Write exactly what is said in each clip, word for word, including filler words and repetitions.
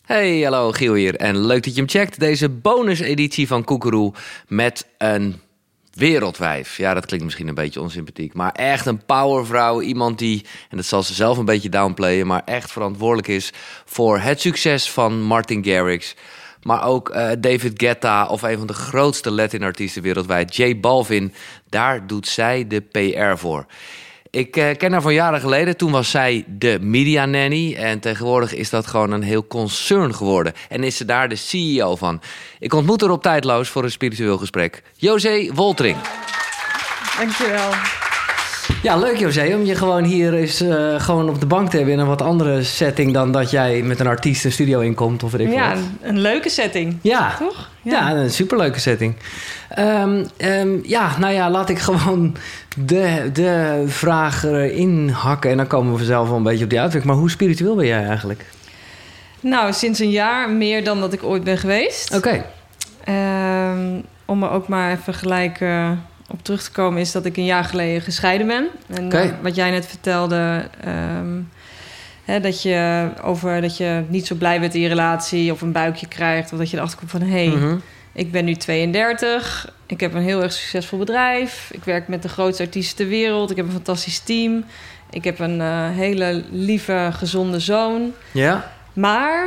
Hey, hallo, Giel hier. En leuk dat je hem checkt. Deze bonuseditie van Koekeroe met een wereldwijf. Ja, dat klinkt misschien een beetje onsympathiek, maar echt een powervrouw. Iemand die, en dat zal ze zelf een beetje downplayen, maar echt verantwoordelijk is voor het succes van Martin Garrix. Maar ook uh, David Guetta of een van de grootste Latin-artiesten wereldwijd, J Balvin. Daar doet zij de P R voor. Ik uh, ken haar van jaren geleden. Toen was zij de media nanny. En tegenwoordig is dat gewoon een heel concern geworden. En is ze daar de C E O van. Ik ontmoet haar op Tijdloos voor een spiritueel gesprek. José Woltering. Dankjewel. Ja, leuk José, om je gewoon hier eens uh, gewoon op de bank te hebben in een wat andere setting dan dat jij met een artiest een studio inkomt of weet ik Ja, wat. een, een leuke setting. Ja, toch? Ja, Ja, ja een superleuke setting. Um, um, ja, nou ja, laat ik gewoon de, de vraag erin hakken en dan komen we vanzelf wel een beetje op die uitweg. Maar hoe spiritueel ben jij eigenlijk? Nou, sinds een jaar meer dan dat ik ooit ben geweest. Oké. Okay. Um, om er ook maar even gelijk uh, op terug te komen is dat ik een jaar geleden gescheiden ben. En okay. uh, wat jij net vertelde, um, hè, dat je over dat je niet zo blij bent in je relatie of een buikje krijgt, of dat je erachter komt van hé, hey, mm-hmm. ik ben nu tweeëndertig, ik heb een heel erg succesvol bedrijf, ik werk met de grootste artiesten ter wereld, ik heb een fantastisch team, ik heb een uh, hele lieve, gezonde zoon. Ja. Maar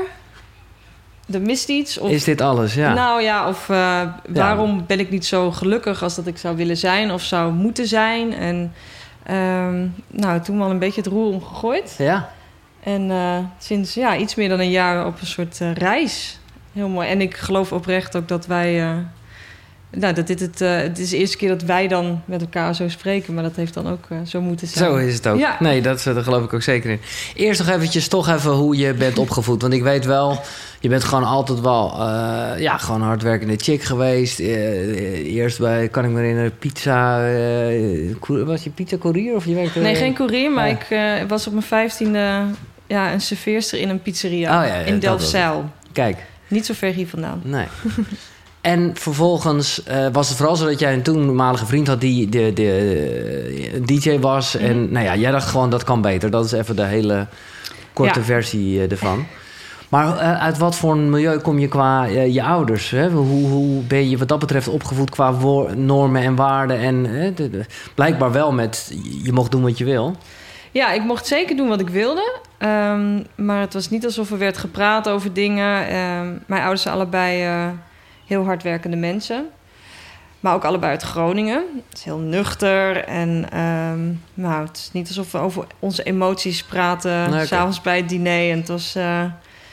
er mist iets. Of, is dit alles, ja. Nou ja, of uh, waarom ja. ben ik niet zo gelukkig als dat ik zou willen zijn of zou moeten zijn? En um, nou, toen wel een beetje het roer omgegooid. Ja. En uh, sinds ja, iets meer dan een jaar op een soort uh, reis. Heel mooi. En ik geloof oprecht ook dat wij... Uh, nou, dat dit het, uh, het is de eerste keer dat wij dan met elkaar zo spreken, maar dat heeft dan ook uh, zo moeten zijn. Zo is het ook. Ja. Nee, dat, dat geloof ik ook zeker in. Eerst nog eventjes toch even hoe je bent opgevoed. Want ik weet wel, je bent gewoon altijd wel uh, ja, gewoon een hardwerkende chick geweest. Uh, eerst bij, kan ik me herinneren, pizza... Uh, was je pizza courier of je werkte... Nee, geen courier, maar ja. ik uh, was op mijn vijftiende ja, een serveerster in een pizzeria oh, ja, ja, in Delfzijl. Kijk. Niet zo ver hier vandaan. Nee. En vervolgens uh, was het vooral zo dat jij een toenmalige vriend had die de, de, de D J was. Mm. En nou ja, jij dacht gewoon dat kan beter. Dat is even de hele korte ja. versie uh, ervan. Maar uh, uit wat voor een milieu kom je qua uh, je ouders? Hè? Hoe, hoe ben je wat dat betreft opgevoed qua woor- normen en waarden? En uh, de, de, blijkbaar wel met je mocht doen wat je wil. Ja, ik mocht zeker doen wat ik wilde. Um, maar het was niet alsof er werd gepraat over dingen. Um, mijn ouders zijn allebei... Uh, heel hardwerkende mensen. Maar ook allebei uit Groningen. Het is heel nuchter. En um, nou, het is niet alsof we over onze emoties praten. Nee, okay. 's avonds bij het diner. En het was... Uh,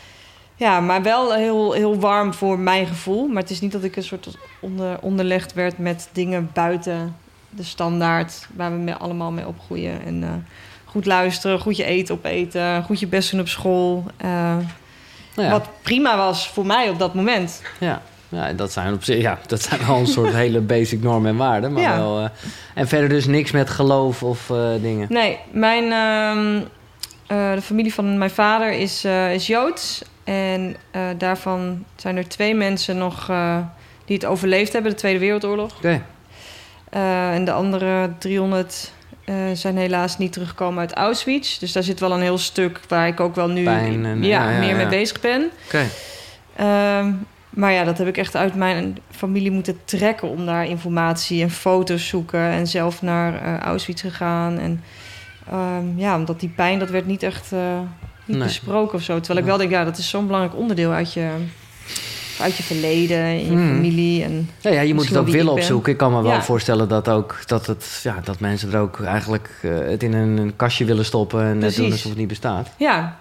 ja, maar wel heel, heel warm voor mijn gevoel. Maar het is niet dat ik een soort onder, onderlegd werd met dingen buiten de standaard. Waar we mee, allemaal mee opgroeien. En uh, goed luisteren, goed je eten opeten. Goed je best doen op school. Uh, nou ja. Wat prima was voor mij op dat moment. Ja. Ja, dat zijn op zich, ja, dat zijn wel een soort hele basic normen en waarden. Maar ja. wel, uh, en verder dus niks met geloof of uh, dingen. Nee, mijn, uh, uh, de familie van mijn vader is, uh, is Joods. En uh, daarvan zijn er twee mensen nog uh, die het overleefd hebben, de Tweede Wereldoorlog. Oké. Okay. Uh, en de andere driehonderd uh, zijn helaas niet teruggekomen uit Auschwitz. Dus daar zit wel een heel stuk waar ik ook wel nu Pijn en, ja, ja, ja, meer ja. mee bezig ben. Oké. Okay. Uh, Maar ja, dat heb ik echt uit mijn familie moeten trekken om daar informatie en foto's zoeken. En zelf naar uh, Auschwitz gegaan. En um, ja, omdat die pijn, dat werd niet echt uh, niet nee. besproken of zo. Terwijl ik wel denk, ja, dat is zo'n belangrijk onderdeel uit je, uit je verleden, in je mm. familie. En ja, ja, je moet het ook willen opzoeken. Ik kan me wel ja. voorstellen dat ook dat het, ja, dat mensen er ook eigenlijk uh, het in een, een kastje willen stoppen en net doen alsof het niet bestaat. Ja,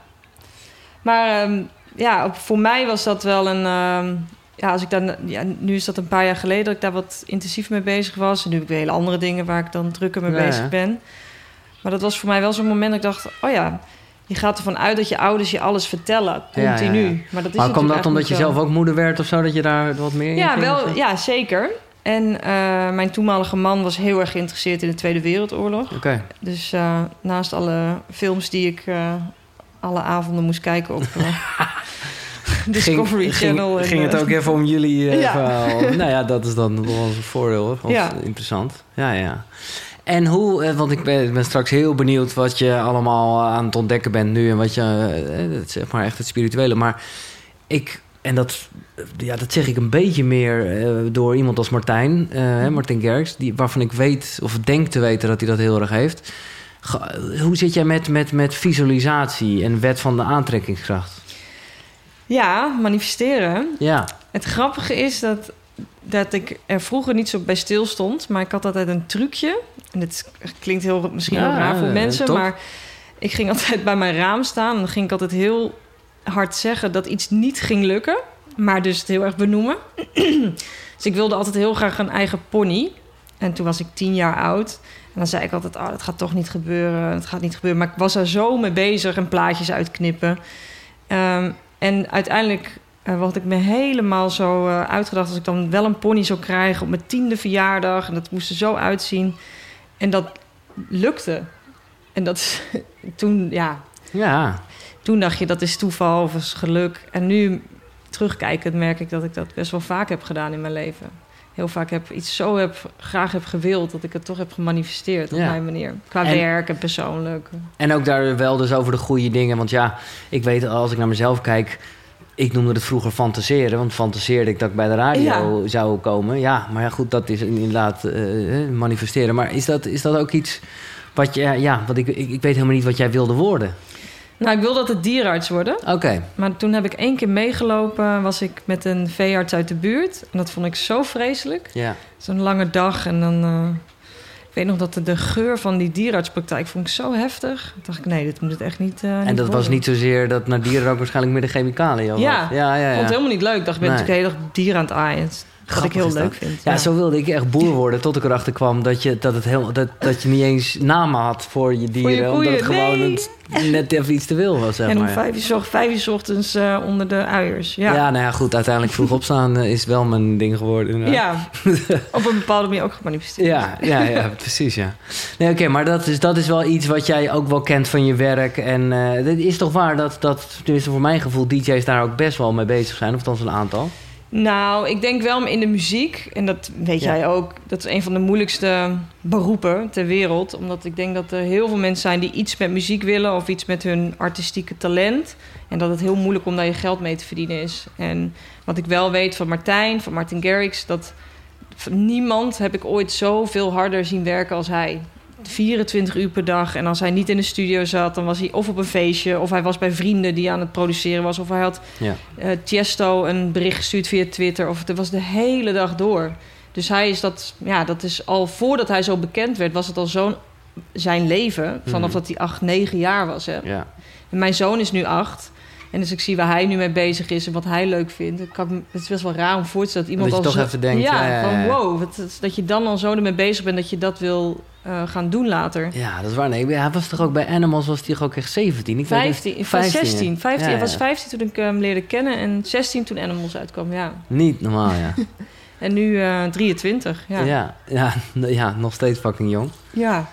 maar um, ja, voor mij was dat wel een... Um, ja, als ik dan, ja, nu is dat een paar jaar geleden dat ik daar wat intensief mee bezig was. En nu heb ik weer hele andere dingen waar ik dan drukker mee ja, bezig ja. ben. Maar dat was voor mij wel zo'n moment dat ik dacht... oh ja, je gaat ervan uit dat je ouders je alles vertellen, continu. Ja, ja, ja. Maar dat is maar kwam dat omdat je zelf ook moeder werd of zo, dat je daar wat meer in ja, ging? Wel, ja, zeker. En uh, mijn toenmalige man was heel erg geïnteresseerd in de Tweede Wereldoorlog. Okay. Dus uh, naast alle films die ik uh, alle avonden moest kijken op... Uh, Discovery ging, Channel. Ging, en, ging het ook even om jullie uh, ja. verhaal? Nou ja, dat is dan wel een voordeel. Of ja. Interessant. Ja, ja. En hoe, uh, want ik ben, ik ben straks heel benieuwd wat je allemaal aan het ontdekken bent nu en wat je, uh, zeg maar echt het spirituele. Maar ik... En dat, ja, dat zeg ik een beetje meer uh, door iemand als Martijn, uh, Martin Garrix, die, waarvan ik weet, of denk te weten dat hij dat heel erg heeft. Ge, hoe zit jij met, met, met visualisatie en wet van de aantrekkingskracht? Ja, manifesteren. Ja. Het grappige is dat, dat ik er vroeger niet zo bij stil stond, maar ik had altijd een trucje. En dit klinkt heel, misschien ja, heel raar voor mensen, top. Maar ik ging altijd bij mijn raam staan en dan ging ik altijd heel hard zeggen dat iets niet ging lukken, maar dus het heel erg benoemen. Dus ik wilde altijd heel graag een eigen pony. En toen was ik tien jaar oud. En dan zei ik altijd, oh, dat gaat toch niet gebeuren. Het gaat niet gebeuren. Maar ik was er zo mee bezig en plaatjes uitknippen. Um, en uiteindelijk uh, had ik me helemaal zo uh, uitgedacht, als ik dan wel een pony zou krijgen op mijn tiende verjaardag. En dat moest er zo uitzien. En dat lukte. En dat toen, ja... Ja... Toen dacht je, dat is toeval of is geluk. En nu, terugkijkend, merk ik dat ik dat best wel vaak heb gedaan in mijn leven. Heel vaak heb iets zo heb, graag heb gewild, dat ik het toch heb gemanifesteerd op ja. mijn manier. Qua en, werk en persoonlijk. En ook daar wel dus over de goede dingen. Want ja, ik weet, als ik naar mezelf kijk, ik noemde het vroeger fantaseren. Want fantaseerde ik dat ik bij de radio ja. zou komen. Ja, maar ja, goed, dat is inderdaad uh, manifesteren. Maar is dat, is dat ook iets wat je, ja, wat ik, ik, ik weet helemaal niet wat jij wilde worden. Nou, ik wilde altijd dierenarts worden. Oké. Okay. Maar toen heb ik één keer meegelopen, was ik met een veearts uit de buurt. En dat vond ik zo vreselijk. Ja. Zo'n lange dag en dan... Uh, ik weet nog dat de, de geur van die dierenartspraktijk vond ik zo heftig. Toen dacht ik, nee, dit moet het echt niet uh, En niet dat worden. Was niet zozeer dat naar dieren ook waarschijnlijk meer de chemicaliën. Ja, ja, ja, ja, ik vond het helemaal niet leuk. Ik dacht, ik ben nee. natuurlijk heel erg dieren aan het aaien. Wat Grappig ik heel leuk vind. Ja, ja, zo wilde ik echt boer worden. Tot ik erachter kwam dat je, dat het heel, dat, dat je niet eens namen had voor je dieren. Voor je omdat het gewoon nee. een, net even iets te veel was. Zeg en om maar. vijf uur, zocht, vijf uur 's ochtends uh, onder de uiers. Ja. ja, nou ja, goed. Uiteindelijk vroeg opstaan uh, is wel mijn ding geworden. Inderdaad. Ja, op een bepaalde manier ook gemanifesteerd. Ja, ja, ja, precies, ja. Nee, oké, okay, maar dat is, dat is wel iets wat jij ook wel kent van je werk. En uh, het is toch waar dat, dat, tenminste voor mijn gevoel, D J's daar ook best wel mee bezig zijn. Of althans een aantal. Nou, ik denk wel in de muziek, en dat weet ja. jij ook, dat is een van de moeilijkste beroepen ter wereld. Omdat ik denk dat er heel veel mensen zijn die iets met muziek willen of iets met hun artistieke talent. En dat het heel moeilijk om daar je geld mee te verdienen is. En wat ik wel weet van Martijn, van Martin Garrix, dat van niemand heb ik ooit zoveel harder zien werken als hij. vierentwintig uur per dag. En als hij niet in de studio zat, dan was hij of op een feestje, of hij was bij vrienden die aan het produceren was, of hij had ja. uh, Tiesto een bericht gestuurd via Twitter, of het was de hele dag door. Dus hij is dat, ja, dat is al voordat hij zo bekend werd, was het al zo'n zijn leven, vanaf mm. dat hij acht, negen jaar was. Hè. Ja. En mijn zoon is nu acht. En dus ik zie waar hij nu mee bezig is en wat hij leuk vindt. Het, kan, het is best wel raar om voor te stellen dat iemand dat je al toch zo, even denkt, ja, ja, ja, ja. van wow, wat, dat je dan al zo ermee bezig bent dat je dat wil uh, gaan doen later. Ja, dat is waar. Nee, hij was toch ook bij Animals, was hij ook echt zeventien? Ik vijftien, weet vijftien, zestien. vijftien, ja, ja. Hij was vijftien toen ik hem leerde kennen en zestien toen Animals uitkwam, ja. Niet normaal, ja. En nu uh, drieëntwintig, ja. Ja, ja. Ja, nog steeds fucking jong. Ja.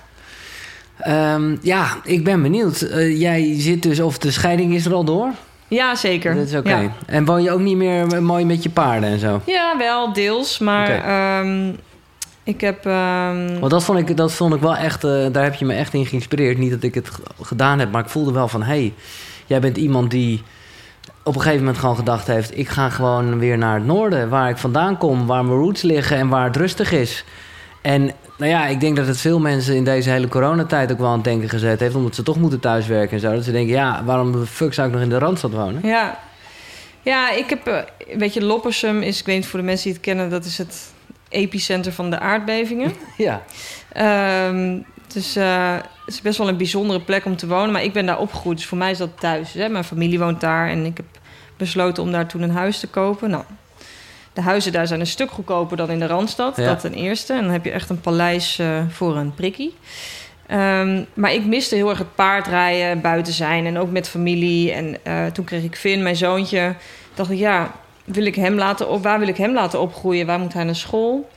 Um, ja, ik ben benieuwd. Uh, jij zit dus, of de scheiding is er al door? Ja, zeker. Dat is oké. Okay. Ja. En woon je ook niet meer mooi met je paarden en zo? Ja, wel, deels. Maar okay. um, ik heb... Um... Want dat vond ik, dat vond ik wel echt... Uh, daar heb je me echt in geïnspireerd. Niet dat ik het g- gedaan heb, maar ik voelde wel van... hé, hey, jij bent iemand die op een gegeven moment gewoon gedacht heeft... ik ga gewoon weer naar het noorden, waar ik vandaan kom... waar mijn roots liggen en waar het rustig is. En nou ja, ik denk dat het veel mensen in deze hele coronatijd ook wel aan het denken gezet heeft... omdat ze toch moeten thuiswerken en zo. Dat ze denken, ja, waarom de fuck zou ik nog in de Randstad wonen? Ja, ja ik heb... Weet je, Loppersum is, ik weet niet voor de mensen die het kennen... dat is het epicenter van de aardbevingen. Ja. Um, dus uh, het is best wel een bijzondere plek om te wonen. Maar ik ben daar opgegroeid, dus voor mij is dat thuis. Hè? Mijn familie woont daar en ik heb besloten om daar toen een huis te kopen. Nou, de huizen daar zijn een stuk goedkoper dan in de Randstad. Ja. Dat ten eerste. En dan heb je echt een paleis uh, voor een prikkie. Um, maar ik miste heel erg het paardrijden, buiten zijn en ook met familie. En uh, toen kreeg ik Finn, mijn zoontje. Dacht ik, ja, wil ik hem laten op, waar wil ik hem laten opgroeien? Waar moet hij naar school?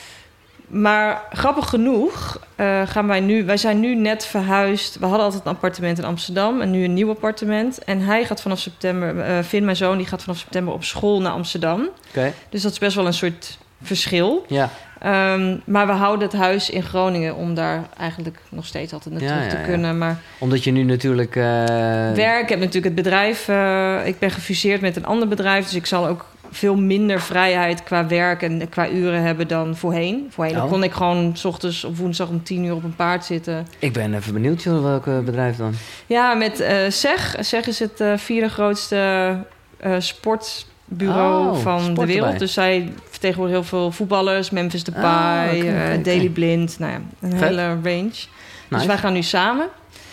Maar grappig genoeg uh, gaan wij nu... Wij zijn nu net verhuisd. We hadden altijd een appartement in Amsterdam en nu een nieuw appartement. En hij gaat vanaf september... Uh, Finn, mijn zoon, die gaat vanaf september op school naar Amsterdam. Okay. Dus dat is best wel een soort verschil. Ja. Um, maar we houden het huis in Groningen om daar eigenlijk nog steeds altijd naartoe Ja, ja, te ja. kunnen. Maar Omdat je nu natuurlijk... Uh... werk, ik heb natuurlijk het bedrijf... Uh, ik ben gefuseerd met een ander bedrijf, dus ik zal ook veel minder vrijheid qua werk en qua uren hebben dan voorheen. Voorheen Oh. kon ik gewoon 's ochtends op woensdag om tien uur op een paard zitten. Ik ben even benieuwd, joh, welk uh, bedrijf dan? Ja, met uh, SEG. SEG is het uh, vierde grootste uh, sportbureau oh, van sport de wereld. erbij. Dus zij vertegenwoordigen heel veel voetballers, Memphis Depay, Ah, oké, uh, oké, oké. Daley Blind. Nou ja, een Vet. hele range. Nice. Dus wij gaan nu samen.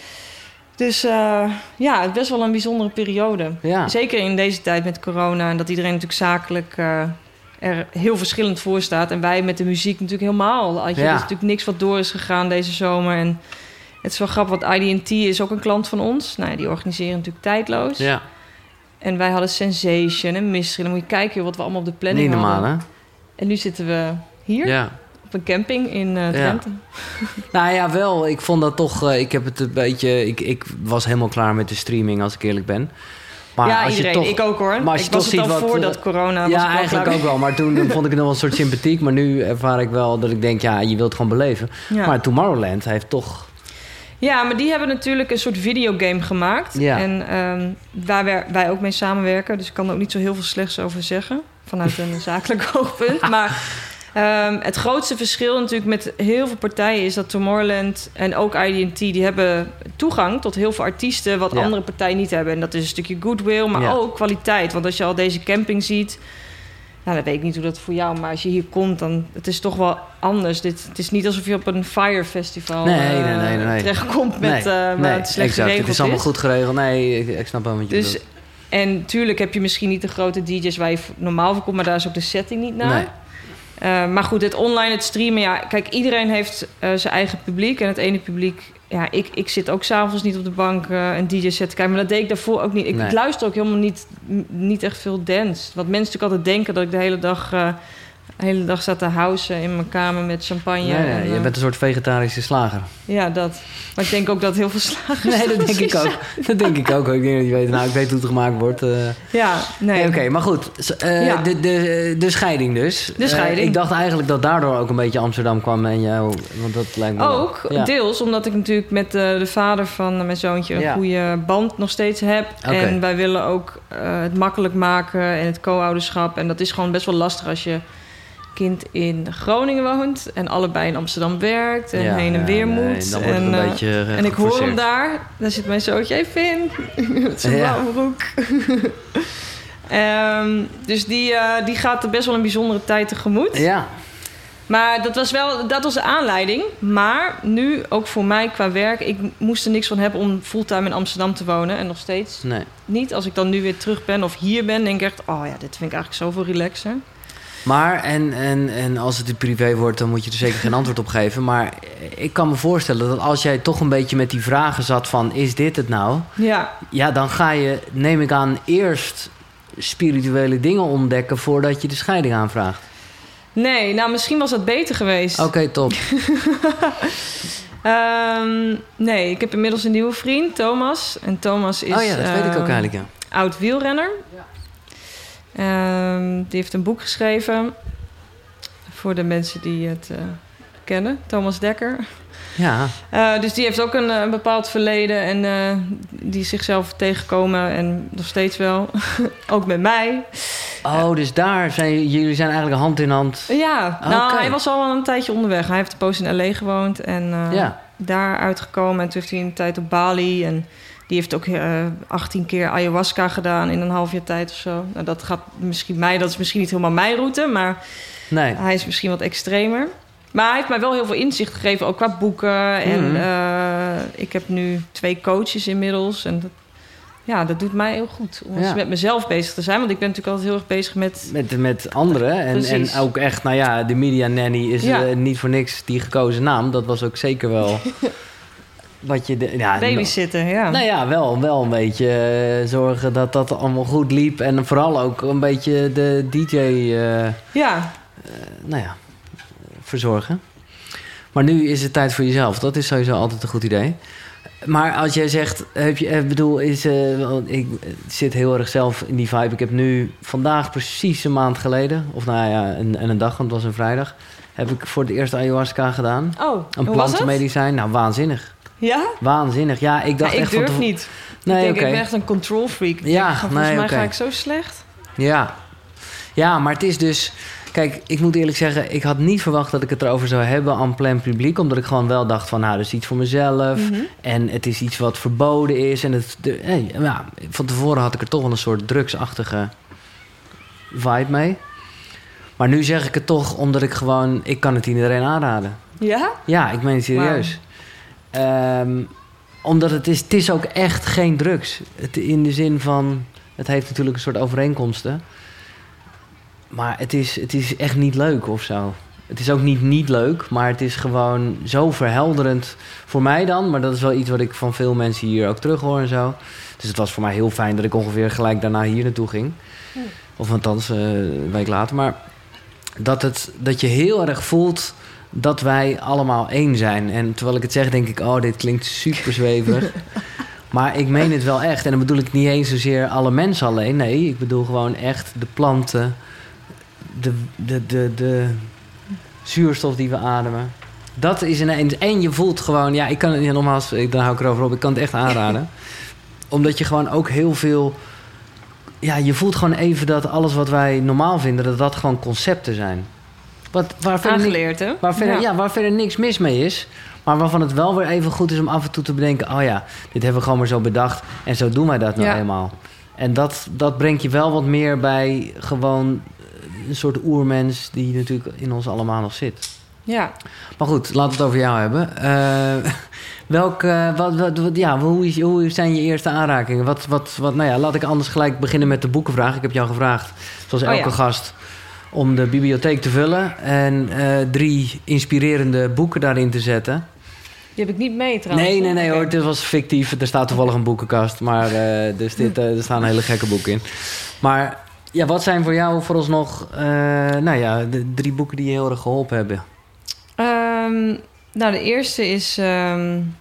Dus uh, ja, het is best wel een bijzondere periode. Ja. Zeker in deze tijd met corona en dat iedereen natuurlijk zakelijk uh, er heel verschillend voor staat. En wij met de muziek natuurlijk helemaal. Had je, Ja. Er is natuurlijk niks wat door is gegaan deze zomer. En het is wel grappig, want I D T is ook een klant van ons. Nou ja, die organiseren natuurlijk Tijdloos. Ja, En wij hadden Sensation en Mystery. Dan moet je kijken joh, wat we allemaal op de planning niet normaal, hadden. hè? En nu zitten we hier Ja. op een camping in uh, Drenthe. Nou ja, wel. Ik vond dat toch... Uh, ik heb het een beetje... Ik, ik was helemaal klaar met de streaming, als ik eerlijk ben. Maar ja, als iedereen. Je toch, ik ook hoor. maar als je ik was toch het al ziet wat, voordat uh, corona was. Ja, ik wel eigenlijk klaar ook wel. Maar toen vond ik het nog wel een soort sympathiek. Maar nu ervaar ik wel dat ik denk... Ja, je wilt het gewoon beleven. Ja. Maar Tomorrowland heeft toch... Ja, maar die hebben natuurlijk een soort videogame gemaakt. Ja. En um, waar wij, wij ook mee samenwerken. Dus ik kan er ook niet zo heel veel slechts over zeggen. Vanuit een zakelijk oogpunt. Maar um, het grootste verschil natuurlijk met heel veel partijen... is dat Tomorrowland en ook I D T... die hebben toegang tot heel veel artiesten... wat Ja. andere partijen niet hebben. En dat is een stukje goodwill, maar Ja. ook kwaliteit. Want als je al deze camping ziet... Nou, dan weet ik niet hoe dat voor jou... maar als je hier komt, dan het is toch wel anders. Dit, het is niet alsof je op een Fire Festival Nee, uh, nee, nee, nee, nee. terechtkomt... met, nee, uh, waar nee, het slecht exact. geregeld Het is allemaal is. goed geregeld. Nee, ik, ik snap wel wat je Dus, bedoelt. en tuurlijk heb je misschien niet de grote D J's waar je normaal voor komt... maar daar is ook de setting niet naar. Nee. Uh, maar goed, het online, het streamen... ja, kijk, iedereen heeft uh, zijn eigen publiek. En het ene publiek... ja, ik, ik zit ook s'avonds niet op de bank uh, een D J-set te kijken... maar dat deed ik daarvoor ook niet. Ik Nee. luister ook helemaal niet, m- niet echt veel dance. Want mensen natuurlijk altijd denken dat ik de hele dag... Uh, de hele dag zat te housen in mijn kamer met champagne. Ja, ja, en, uh, je bent een soort vegetarische slager. Ja, dat. Maar ik denk ook dat heel veel slagers... Nee, dat denk ik ook. Dat denk ik ook. Ik denk dat je weet, nou, ik weet hoe het gemaakt wordt. Uh. Ja, nee. Oké, okay, maar goed. Uh, Ja. de, de, de scheiding dus. De scheiding. Uh, ik dacht eigenlijk dat daardoor ook een beetje Amsterdam kwam. En jou, want dat lijkt me wel- Ook, Ja. deels omdat ik natuurlijk met uh, de vader van uh, mijn zoontje... een Ja. goede band nog steeds heb. Oké. En wij willen ook uh, het makkelijk maken en het co-ouderschap. En dat is gewoon best wel lastig als je kind in Groningen woont... en allebei in Amsterdam werkt en Ja, heen en ja, weer nee, moet. dan wordt het en, een uh, beetje, uh, en ik hoor hem geforceerd. daar. Daar zit mijn zoontje even in. Met zijn Ja. blauwe broek. um, dus die, uh, die gaat er best wel een bijzondere tijd tegemoet. Ja, Maar dat was wel dat was de aanleiding. Maar nu, ook voor mij qua werk... ik moest er niks van hebben om fulltime in Amsterdam te wonen. En nog steeds nee. niet. Als ik dan nu weer terug ben of hier ben... denk ik echt, oh ja, dit vind ik eigenlijk zoveel relaxer. Maar, en, en, en als het een privé wordt, dan moet je er zeker geen antwoord op geven. Maar ik kan me voorstellen dat als jij toch een beetje met die vragen zat van... is dit het nou? Ja, Ja, dan ga je, neem ik aan, eerst spirituele dingen ontdekken... voordat je de scheiding aanvraagt. nee, nou misschien was dat beter geweest. Oké, okay, top. Um, nee, ik heb inmiddels een nieuwe vriend, Thomas. En Thomas is Oh ja, dat weet ik ook um, eigenlijk, ja. oud wielrenner. Um, die heeft een boek geschreven... voor de mensen die het uh, kennen. Thomas Dekker. Ja, Uh, dus die heeft ook een, een bepaald verleden... en uh, die is zichzelf tegengekomen en nog steeds wel. Ook met mij. oh, dus daar zijn jullie zijn eigenlijk hand in hand. Ja, nou, Oké. hij was al wel een tijdje onderweg. Hij heeft een poos in L A gewoond en uh, Ja. daar uitgekomen. En toen heeft hij een tijd op Bali... en die heeft ook uh, achttien keer ayahuasca gedaan in een half jaar tijd of zo. Nou, dat gaat misschien mij, dat is misschien niet helemaal mijn route... maar Nee. hij is misschien wat extremer. Maar hij heeft mij wel heel veel inzicht gegeven, ook qua boeken. En Mhm. uh, ik heb nu twee coaches inmiddels. En dat, ja, dat doet mij heel goed om Ja. eens met mezelf bezig te zijn. Want ik ben natuurlijk altijd heel erg bezig met... Met, met anderen. En, en Precies. ook echt, nou ja, de media nanny is Ja. uh, niet voor niks die gekozen naam. Dat was ook zeker wel wat je... De, ja, babysitten, ja. Nou ja, wel, wel een beetje uh, zorgen dat dat allemaal goed liep. En vooral ook een beetje de D J, uh, Ja, uh, nou ja, verzorgen. Maar nu is het tijd voor jezelf. Dat is sowieso altijd een goed idee. Maar als jij zegt, heb je, ik bedoel, is, uh, ik zit heel erg zelf in die vibe. Ik heb nu vandaag precies een maand geleden, of nou ja, een, en een dag, want het was een vrijdag, heb ik voor het eerst ayahuasca gedaan. Oh, een hoe was het? plantenmedicijn. Nou, waanzinnig. Ja? Waanzinnig. Ja, ik dacht Ja, ik echt durf van te... niet. Nee, ik denk, oké. ik ben echt een control freak. Ik Ja, denk, volgens nee, mij oké. ga ik zo slecht. Ja. Ja, maar het is dus... Kijk, ik moet eerlijk zeggen, ik had niet verwacht dat ik het erover zou hebben aan plein publiek. Omdat ik gewoon wel dacht van, nou, dat is iets voor mezelf. Mhm. En het is iets wat verboden is. En het, de, hey, ja, van tevoren had ik er toch wel een soort drugsachtige vibe mee. Maar nu zeg ik het toch omdat ik gewoon... Ik kan het iedereen aanraden. Ja? Ja, ik meen het serieus. Ehm, omdat het is, het is ook echt geen drugs. Het, in de zin van... Het heeft natuurlijk een soort overeenkomsten. Maar het is, het is echt niet leuk of zo. Het is ook niet niet leuk, maar het is gewoon zo verhelderend voor mij dan. Maar dat is wel iets wat ik van veel mensen hier ook terug hoor en zo. Dus het was voor mij heel fijn dat ik ongeveer gelijk daarna hier naartoe ging. Hm. Of althans, uh, een week later. Maar dat, het, dat je heel erg voelt dat wij allemaal één zijn. En terwijl ik het zeg, denk ik, oh, dit klinkt super zweverig. Maar ik meen het wel echt. En dan bedoel ik niet eens zozeer alle mensen alleen. Nee, ik bedoel gewoon echt de planten... De, de, de, de zuurstof die we ademen. Dat is ineens... En je voelt gewoon... Ja, ik kan het... Ja, nogmaals, dan hou ik erover op. Ik kan het echt aanraden. Omdat je gewoon ook heel veel... Ja, je voelt gewoon even dat alles wat wij normaal vinden... dat dat gewoon concepten zijn. Wat, waar verder Aangeleerd, hè? Waar verder, ja. Ja. waar verder niks mis mee is. Maar waarvan het wel weer even goed is om af en toe te bedenken... oh ja, dit hebben we gewoon maar zo bedacht... en zo doen wij dat nou Ja. eenmaal. En dat, dat brengt je wel wat meer bij gewoon... een soort oermens die natuurlijk in ons allemaal nog zit. Ja. Maar goed, laten we het over jou hebben. Uh, welk, uh, wat, wat, wat, ja, hoe, is, hoe zijn je eerste aanrakingen? Wat, wat, wat, nou ja, laat ik anders gelijk beginnen met de boekenvraag. Ik heb jou gevraagd, zoals elke Oh ja. gast... om de bibliotheek te vullen... en uh, drie inspirerende boeken daarin te zetten. Die heb ik niet mee trouwens. Nee, nee, nee Oké. hoor, dit was fictief. Er staat toevallig een boekenkast, maar uh, dus dit, uh, er staan hele gekke boeken in. Maar ja, wat zijn voor jou vooralsnog uh, nou ja, de drie boeken die je heel erg geholpen hebben? Um, nou, de eerste is um,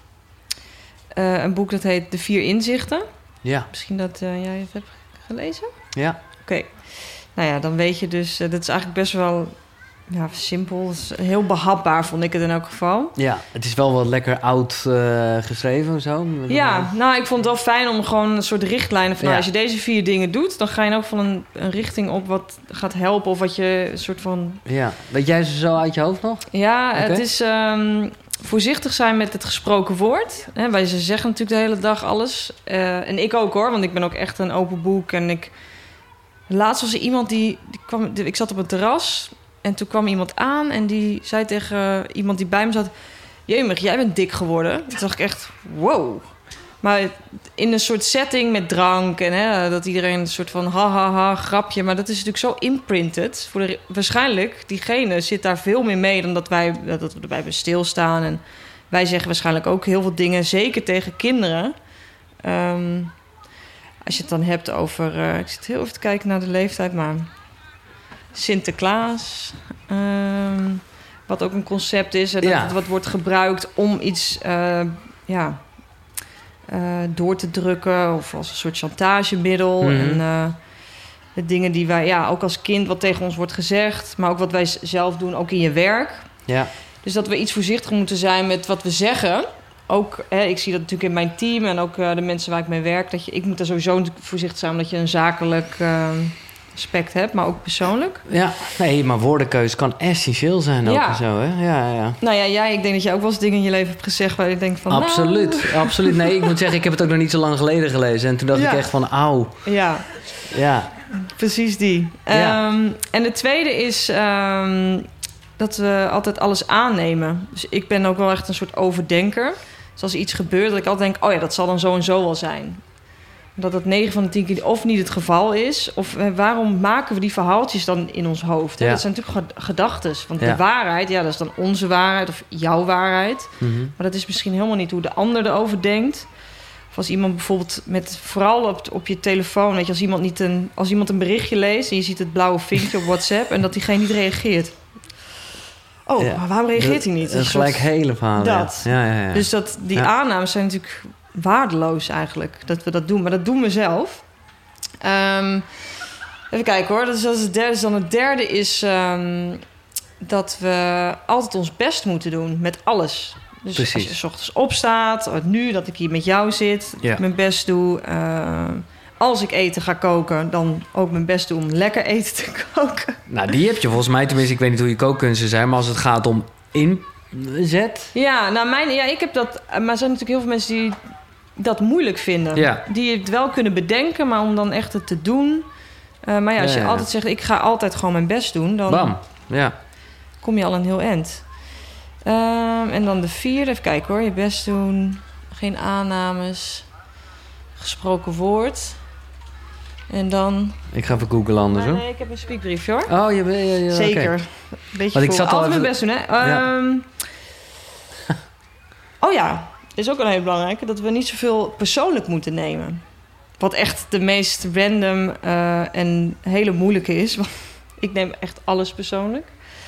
uh, een boek dat heet De Vier Inzichten. Ja. Misschien dat uh, jij het hebt gelezen? Ja. Oké. Okay. Nou ja, dan weet je dus... Uh, dat is eigenlijk best wel ja, simpel. Het is heel behapbaar, vond ik het in elk geval. Ja, het is wel wat lekker oud uh, geschreven of zo. Ja, nou, ik vond het wel fijn om gewoon een soort richtlijnen van... Ja. Nou, als je deze vier dingen doet, dan ga je ook van een, een richting op wat gaat helpen... of wat je een soort van... Ja, weet jij ze zo uit je hoofd nog? Ja, Okay. Het is um, voorzichtig zijn met het gesproken woord. Hè, wij ze zeggen natuurlijk de hele dag alles. Uh, en ik ook hoor, want ik ben ook echt een open boek. En ik... Laatst was er iemand die... die kwam, ik zat op een terras... En toen kwam iemand aan en die zei tegen uh, iemand die bij me zat... Jemig, jij bent dik geworden. Toen dacht ik echt, wow. Maar in een soort setting met drank... en hè, dat iedereen een soort van ha, ha, ha, grapje... maar dat is natuurlijk zo imprinted. Voor de, waarschijnlijk, diegene zit daar veel meer mee... dan dat wij dat we erbij stilstaan. En wij zeggen waarschijnlijk ook heel veel dingen... zeker tegen kinderen. Um, als je het dan hebt over... Uh, ik zit heel even te kijken naar de leeftijd, maar... Sinterklaas, um, wat ook een concept is. Dat Ja. het wat wordt gebruikt om iets uh, ja, uh, door te drukken... of als een soort chantagemiddel. Mm-hmm. En uh, de dingen die wij, ja, ook als kind wat tegen ons wordt gezegd... maar ook wat wij zelf doen, ook in je werk. Ja. Dus dat we iets voorzichtiger moeten zijn met wat we zeggen... Ook, hè, ik zie dat natuurlijk in mijn team en ook uh, de mensen waar ik mee werk... dat je, ik moet daar sowieso voorzichtig zijn... omdat je een zakelijk... Uh, aspect hebt, maar ook persoonlijk. Ja, nee, maar woordenkeus kan essentieel zijn ook Ja. en zo, hè? Ja, ja. Nou ja, jij, ik denk dat je ook wel eens dingen in je leven hebt gezegd... waar je denkt van... Absoluut, nou... absoluut. Nee, ik moet zeggen, ik heb het ook nog niet zo lang geleden gelezen. En toen dacht Ja. ik echt van, auw. Ja, Ja, precies die. Ja. Um, en de tweede is um, dat we altijd alles aannemen. Dus ik ben ook wel echt een soort overdenker. Dus als er iets gebeurt, dat ik altijd denk... oh ja, dat zal dan zo en zo wel zijn. Dat het negen van de tien keer of niet het geval is... of eh, waarom maken we die verhaaltjes dan in ons hoofd? Hè? Ja. Dat zijn natuurlijk ged- gedachtes. Want Ja. de waarheid, ja, dat is dan onze waarheid of jouw waarheid. mm-hmm. Maar dat is misschien helemaal niet hoe de ander erover denkt. Of als iemand bijvoorbeeld met... vooral op, op je telefoon... weet je, als iemand, niet een, als iemand een berichtje leest... en je ziet het blauwe vinkje op WhatsApp... en dat diegene niet reageert. oh, Ja. maar waarom reageert Dat- hij niet? Dat is Een gelijk soort- hele verhalen. dat. Ja, ja, ja. Dus dat, die Ja. aannames zijn natuurlijk waardeloos eigenlijk, dat we dat doen. Maar dat doen we zelf. Ehm, even kijken hoor, dat is, dat is het derde. Dus dan het derde is ehm, dat we altijd ons best moeten doen met alles. Dus Precies. als je 's ochtends opstaat, of nu dat ik hier met jou zit, dat Ja. ik mijn best doe. Ehm, als ik eten ga koken, dan ook mijn best doen om lekker eten te koken. Nou, die heb je volgens mij, tenminste, ik weet niet hoe je kookkunsten zijn, maar als het gaat om inzet. Ja, nou mijn, ja, ik heb dat. Maar er zijn natuurlijk heel veel mensen die dat moeilijk vinden. Ja. Die het wel kunnen bedenken, maar om dan echt het te doen. Uh, maar ja, als Ja, je ja. altijd zegt, ik ga altijd gewoon mijn best doen, dan Bam. Ja. kom je al een heel eind. Um, en dan de vierde, even kijken hoor. Je best doen, geen aannames, gesproken woord. En dan... Ik ga even googlen anders, nee, hoor. nee, ik heb een speakbriefje hoor. Oh, je bent... Ja, ja, Zeker. oké. Beetje Want ik vol. zat al Altijd even- mijn best doen, hè. Ja. Ehm, oh ja, is ook een hele belangrijke. Dat we niet zoveel persoonlijk moeten nemen. Wat echt de meest random uh, en hele moeilijke is. Want ik neem echt alles persoonlijk.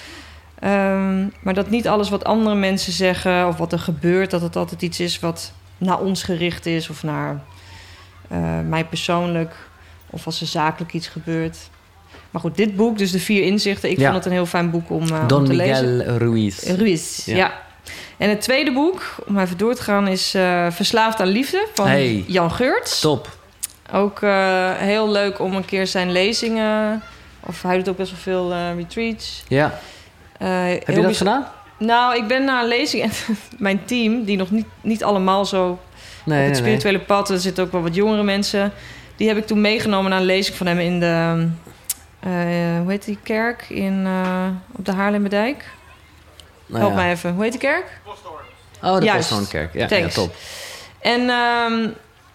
Um, maar dat niet alles wat andere mensen zeggen of wat er gebeurt, dat het altijd iets is wat naar ons gericht is of naar uh, mij persoonlijk. Of als er zakelijk iets gebeurt. Maar goed, dit boek, dus de vier inzichten. Ik Ja. vond het een heel fijn boek om, uh, Don om te Miguel lezen. Ruiz. Ruiz, Ja. ja. En het tweede boek, om even door te gaan, is uh, Verslaafd aan Liefde van Hey. Jan Geurts. Top. Ook uh, heel leuk om een keer zijn lezingen... of hij doet ook best wel veel uh, retreats. Ja. Uh, Heb je dat gedaan? Nou, ik ben naar een lezing en mijn team, die nog niet, niet allemaal zo Nee, op het nee, nee. spirituele pad, er zitten ook wel wat jongere mensen, die heb ik toen meegenomen naar een lezing van hem in de, uh, hoe heet die kerk, in, uh, op de Haarlemmerdijk. Nou Help ja. mij even, hoe heet die kerk? Oh, de Juist. Posthoornkerk. Ja, ja, Thanks. top. En um,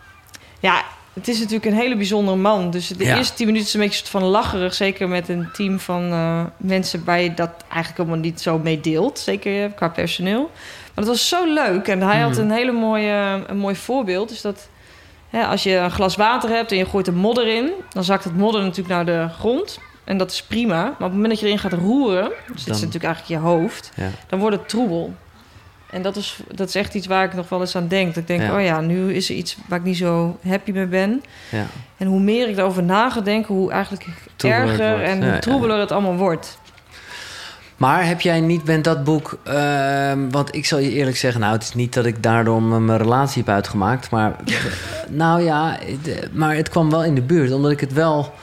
ja, het is natuurlijk een hele bijzondere man. Dus de Ja. eerste tien minuten is een beetje een soort van lacherig. Zeker met een team van uh, mensen waar je dat eigenlijk helemaal niet zo mee deelt. Zeker qua personeel. Maar het was zo leuk. En hij had Mm. een hele mooie, een mooi voorbeeld. Dus dat hè, als je een glas water hebt en je gooit er modder in, dan zakt het modder natuurlijk naar de grond. En dat is prima. Maar op het moment dat je erin gaat roeren, dus dit Dan- is natuurlijk eigenlijk je hoofd, Ja. dan wordt het troebel. En dat is, dat is echt iets waar ik nog wel eens aan denk. Dat ik denk, Ja. oh ja, nu is er iets waar ik niet zo happy mee ben. Ja. En hoe meer ik erover na ga denken, hoe eigenlijk Troebeler het erger wordt. en Ja, hoe ja. troebeler het allemaal wordt. Maar heb jij niet met dat boek... ehm, want ik zal je eerlijk zeggen... Nou, het is niet dat ik daardoor m- mijn relatie heb uitgemaakt. Maar nou ja, het- maar het kwam wel in de buurt. Omdat ik het wel...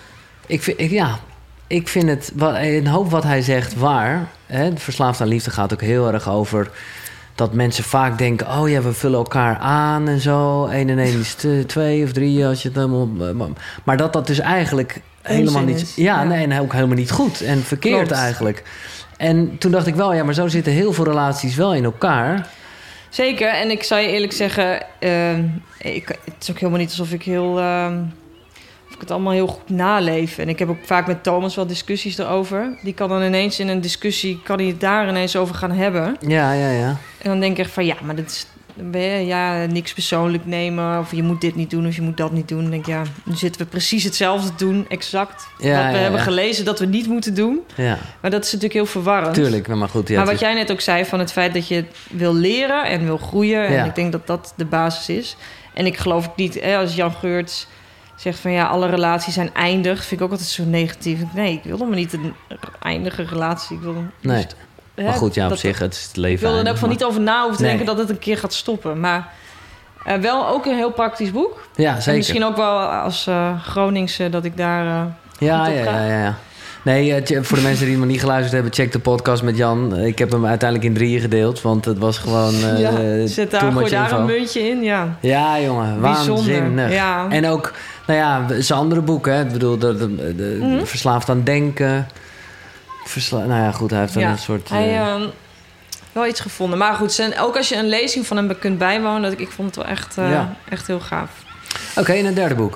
Ik vind, ik, ja, ik vind het... Wat, een hoop wat hij zegt waar. Hè, Verslaafd aan liefde gaat ook heel erg over... dat mensen vaak denken... oh ja, we vullen elkaar aan en zo. Eén en één is t- twee of drie als je het helemaal... Maar dat dat dus eigenlijk helemaal Onzin niet... is, Ja, ja. nee, en ook helemaal niet goed en verkeerd Klopt. eigenlijk. En toen dacht ik wel, ja, maar zo zitten heel veel relaties wel in elkaar. Zeker. En ik zal je eerlijk zeggen, uh, ik, het is ook helemaal niet alsof ik heel... Uh, of ik het allemaal heel goed naleef. En ik heb ook vaak met Thomas wel discussies erover. Die kan dan ineens in een discussie... kan hij het daar ineens over gaan hebben. Ja, ja, ja. En dan denk ik echt van, ja, maar dat is... dan ben je, ja, niks persoonlijk nemen. Of je moet dit niet doen, of je moet dat niet doen. Dan denk ik, ja, nu zitten we precies hetzelfde te doen. Exact. Ja, wat we ja, hebben ja. gelezen dat we niet moeten doen. Ja, Maar dat is natuurlijk heel verwarrend. tuurlijk. Maar goed, ja, maar het wat is- jij net ook zei van het feit dat je wil leren en wil groeien. En Ja. ik denk dat dat de basis is. En ik geloof ook niet, hè, als Jan Geurts zegt van ja, alle relaties zijn eindig. Vind ik ook altijd zo negatief. Nee, ik wil helemaal niet een eindige relatie. Ik wil Nee. dus, hè, Maar goed, ja, op dat- zich, het is het leven. ik wil er ook eindig, van maar- niet over na hoeven te Nee. denken dat het een keer gaat stoppen. Maar uh, wel ook een heel praktisch boek. Ja, En zeker. misschien ook wel als uh, Groningse dat ik daar... Uh, Ja, goed op ja, ga. ja, ja, ja. Nee, eh, che- voor de mensen die nog niet geluisterd hebben... check de podcast met Jan. Ik heb hem uiteindelijk in drieën gedeeld. Want het was gewoon eh ja, zet too daar, much gooi daar info. een muntje in. Ja, Ja, jongen. Waanzinnig. bijzonder. Ja. En ook, nou ja, zijn andere boeken. Hè. Ik bedoel, de, de, de- de- Mhm. Verslaafd aan denken. Versla nou ja, goed, hij heeft dan Ja, een soort... Hij eh, uh, wel iets gevonden. Maar goed, zijn, ook als je een lezing van hem kunt bijwonen... Dat ik, ik vond het wel echt, uh, Ja. echt heel gaaf. Oké, en een derde boek.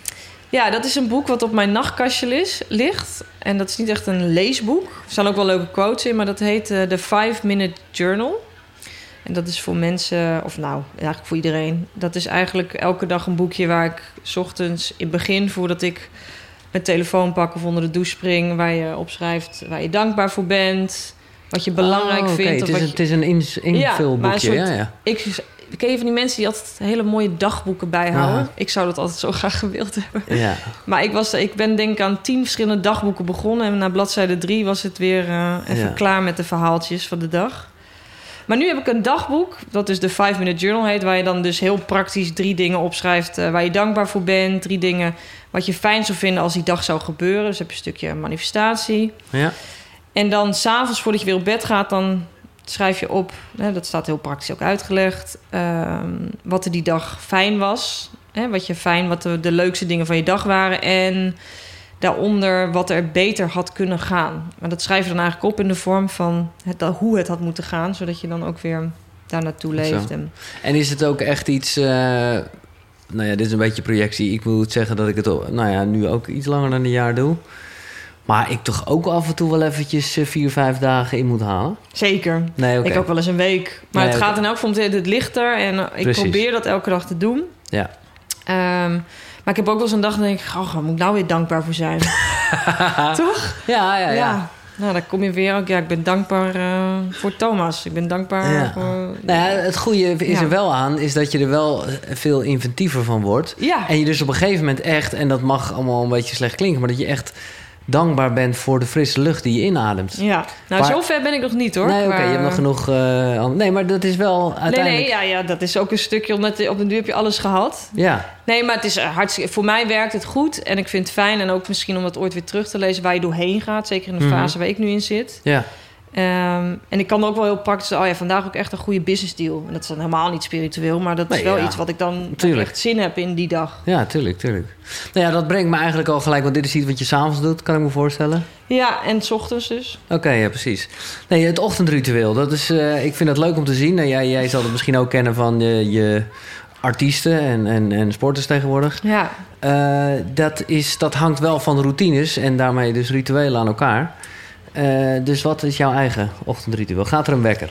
Ja, dat is een boek wat op mijn nachtkastje lis, ligt. En dat is niet echt een leesboek. Er staan ook wel leuke quotes in, maar dat heet uh, The Five Minute Journal. En dat is voor mensen, of nou, eigenlijk voor iedereen. Dat is eigenlijk elke dag een boekje waar ik 's ochtends in het begin... voordat ik mijn telefoon pak of onder de douche spring... waar je opschrijft waar je dankbaar voor bent... Wat je belangrijk oh, okay. vindt. Het of is, wat het is een ins- invulboekje. Ja, ja, ja. Ik, ken je van die mensen die altijd hele mooie dagboeken bijhouden? Aha. Ik zou dat altijd zo graag gewild hebben. Ja. Maar ik, was, ik ben denk ik aan tien verschillende dagboeken begonnen. En na bladzijde drie was het weer uh, even Ja. klaar met de verhaaltjes van de dag. Maar nu heb ik een dagboek, dat dus de five minute journal heet... waar je dan dus heel praktisch drie dingen opschrijft... Uh, waar je dankbaar voor bent. Drie dingen wat je fijn zou vinden als die dag zou gebeuren. Dus heb je een stukje manifestatie. Ja. En dan 's avonds voordat je weer op bed gaat... dan schrijf je op, hè, dat staat heel praktisch ook uitgelegd... Uh, wat er die dag fijn was. Hè, wat je fijn, wat de, de leukste dingen van je dag waren. En daaronder wat er beter had kunnen gaan. Maar dat schrijf je dan eigenlijk op in de vorm van het, hoe het had moeten gaan... zodat je dan ook weer daar naartoe leeft. En, en is het ook echt iets... Uh, nou ja, dit is een beetje projectie. Ik moet zeggen dat ik het al, nou ja, nu ook iets langer dan een jaar doe. Maar ik toch ook af en toe wel eventjes uh, vier, vijf dagen in moet halen. Zeker. Nee, okay. Ik ook wel eens een week. Maar nee, het gaat okay. in elk geval om het lichter. En uh, ik Precies. probeer dat elke dag te doen. Ja. Um, maar ik heb ook wel eens een dag dat denk ik... oh, waar moet ik nou weer dankbaar voor zijn? Toch? Ja, ja, ja, ja. Nou, dan kom je weer ook... Ja, ik ben dankbaar uh, voor Thomas. Ik ben dankbaar ja. voor... Nou ja, het goede is ja. er wel aan... is dat je er wel veel inventiever van wordt. Ja. En je dus op een gegeven moment echt... en dat mag allemaal een beetje slecht klinken... maar dat je echt dankbaar bent voor de frisse lucht die je inademt. Ja, nou maar, zover ben ik nog niet hoor. Nee, oké, maar... je hebt nog genoeg... Uh, nee, maar dat is wel uiteindelijk... Nee, nee, ja, ja, dat is ook een stukje... omdat op een duur heb je alles gehad. Ja. Nee, maar het is hartstikke... Voor mij werkt het goed en ik vind het fijn... en ook misschien om dat ooit weer terug te lezen... waar je doorheen gaat, zeker in de fase mm-hmm. waar ik nu in zit. Ja. Um, en ik kan ook wel heel praktisch... oh ja, vandaag ook echt een goede business deal. En dat is dan helemaal niet spiritueel... maar dat nee, is wel ja. iets wat ik dan echt zin heb in die dag. Ja, tuurlijk, tuurlijk. Nou ja, dat brengt me eigenlijk al gelijk... want dit is iets wat je s'avonds doet, kan ik me voorstellen. Ja, en 's ochtends dus. Oké, okay, ja, precies. Nee, het ochtendritueel, dat is... Uh, ik vind dat leuk om te zien. Nou, jij, jij zal het misschien ook kennen van je... je artiesten en, en, en sporters tegenwoordig. Ja. Uh, dat, is, dat hangt wel van routines... en daarmee dus rituelen aan elkaar... Uh, dus wat is jouw eigen ochtendritueel? Gaat er een wekker?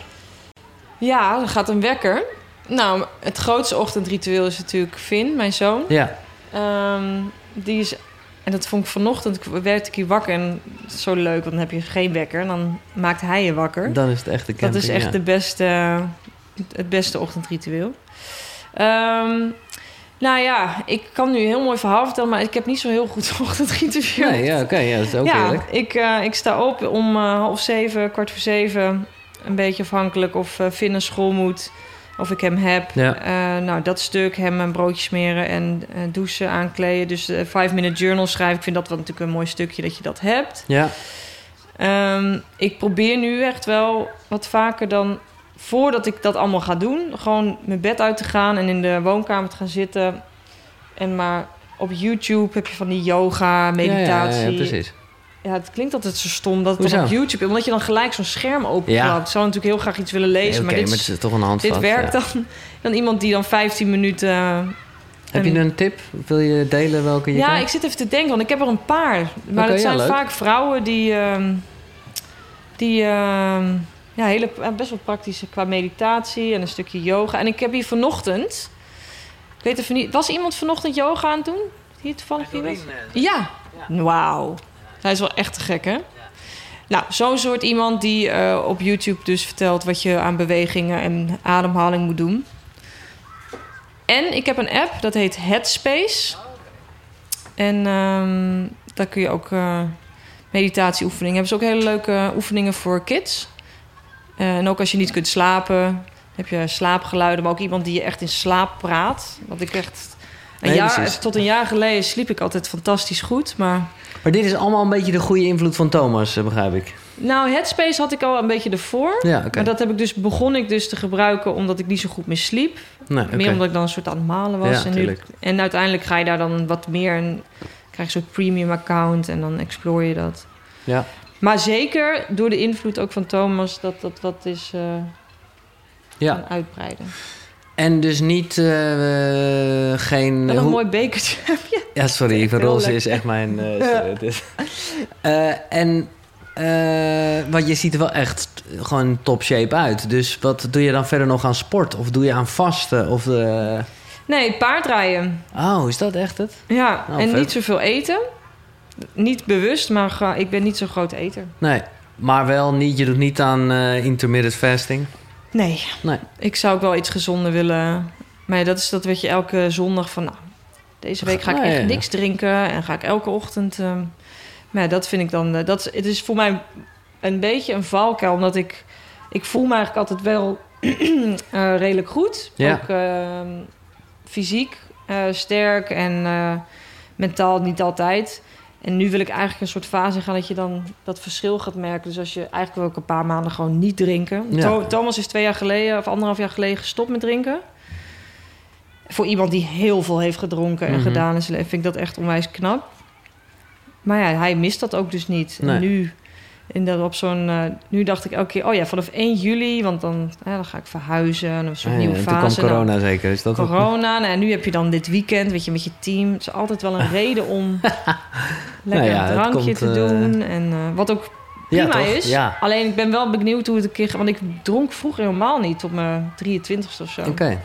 Ja, er gaat een wekker. Nou, het grootste ochtendritueel is natuurlijk Finn, mijn zoon. Ja. Um, die is... En dat vond ik vanochtend, werd ik hier wakker. En dat is zo leuk, want dan heb je geen wekker. En dan maakt hij je wakker. Dan is het echt de camping, Dat is echt ja. de beste, het beste ochtendritueel. Um, nou ja, ik kan nu een heel mooi verhaal vertellen... maar ik heb niet zo heel goed ochtendritueel. Nee, ja, oké, okay, ja, dat is ook ja, eerlijk. Ik, uh, ik sta op om uh, half zeven, kwart voor zeven... een beetje afhankelijk of uh, Finn naar school moet... of ik hem heb. Ja. Uh, nou, dat stuk, hem een broodje smeren en uh, douchen, aankleden. Dus de uh, five minute journal schrijven. Ik vind dat wel natuurlijk een mooi stukje dat je dat hebt. Ja. Um, ik probeer nu echt wel wat vaker dan... voordat ik dat allemaal ga doen... gewoon mijn bed uit te gaan en in de woonkamer te gaan zitten. En maar op YouTube heb je van die yoga, meditatie. Ja, ja, ja, precies. Ja, het klinkt altijd zo stom dat het Hoezo? dan op YouTube... omdat je dan gelijk zo'n scherm openklapt. Ja. Ik zou natuurlijk heel graag iets willen lezen. Nee, maar, okay, dit, maar het is toch een handvat. dit werkt ja. dan, dan iemand die dan vijftien minuten... Uh, heb je een tip? Wil je delen welke je Ja, krijgt? ik zit even te denken, want ik heb er een paar. Maar okay, het zijn ja, leuk. vaak vrouwen die... Uh, die uh, ja, hele, best wel praktische qua meditatie en een stukje yoga. En ik heb hier vanochtend... Ik weet even niet... Was iemand vanochtend yoga aan het doen? Hier toevallig iemand? Ja. ja. Wauw. Hij is wel echt te gek, hè? Ja. Nou, zo'n soort iemand die uh, op YouTube dus vertelt... wat je aan bewegingen en ademhaling moet doen. En ik heb een app, dat heet Headspace. En um, daar kun je ook uh, meditatieoefeningen... Hebben ze ook hele leuke oefeningen voor kids. Uh, en ook als je niet kunt slapen... heb je slaapgeluiden, maar ook iemand die je echt in slaap praat. Want ik echt... Een nee, jaar, tot een jaar geleden sliep ik altijd fantastisch goed, maar... Maar dit is allemaal een beetje de goede invloed van Thomas, begrijp ik. Nou, Headspace had ik al een beetje ervoor. Ja, okay. Maar dat heb ik dus, begon ik dus te gebruiken omdat ik niet zo goed meer sliep. Nee, okay. Meer omdat ik dan een soort aan het malen was. Ja, en, nu, en uiteindelijk ga je daar dan wat meer... en krijg je een soort premium account en dan explore je dat. Ja. Maar zeker door de invloed ook van Thomas... dat dat wat is uh, ja. gaan uitbreiden. En dus niet uh, geen... Wel een hoe... mooi bekertje heb je. Ja, sorry, ik vind roze is echt mijn... Uh, sorry, ja. uh, en... Uh, want je ziet er wel echt gewoon top shape uit. Dus wat doe je dan verder nog aan sport? Of doe je aan vasten? Of de... Nee, paardrijden. Oh, is dat echt het? Ja, oh, en vet. niet zoveel eten. Niet bewust, maar ga, ik ben niet zo'n groot eter. Nee. Maar wel niet, je doet niet aan uh, intermittent fasting? Nee. nee. Ik zou ook wel iets gezonder willen. Maar ja, dat is dat weet je elke zondag van... Nou, deze week ga ik echt niks drinken en ga ik elke ochtend... Uh, maar ja, dat vind ik dan... Uh, dat is, het is voor mij een beetje een valkuil, omdat ik... Ik voel me eigenlijk altijd wel uh, redelijk goed. Ja. Ook uh, fysiek uh, sterk en uh, mentaal niet altijd. En nu wil ik eigenlijk een soort fase gaan dat je dan dat verschil gaat merken. Dus als je eigenlijk wil ik een paar maanden gewoon niet drinken. Ja. Thomas is twee jaar geleden of anderhalf jaar geleden gestopt met drinken. Voor iemand die heel veel heeft gedronken en mm-hmm. gedaan in zijn leven, vind ik dat echt onwijs knap. Maar ja, hij mist dat ook dus niet. Nee. En nu, in dat op zo'n, uh, nu dacht ik elke keer, oh ja, vanaf één juli, want dan, ja, dan ga ik verhuizen. En een soort ja, nieuwe ja, fase. Toen kwam corona nou, zeker. Is dat corona. Nou, en nu heb je dan dit weekend, weet je, met je team. Het is altijd wel een reden om lekker nou ja, een drankje komt, te doen. Uh... En uh, wat ook prima ja, is. Ja. Alleen ik ben wel benieuwd hoe het een keer gaat. Want ik dronk vroeger helemaal niet, tot mijn drieëntwintigste of zo. Oké. Okay.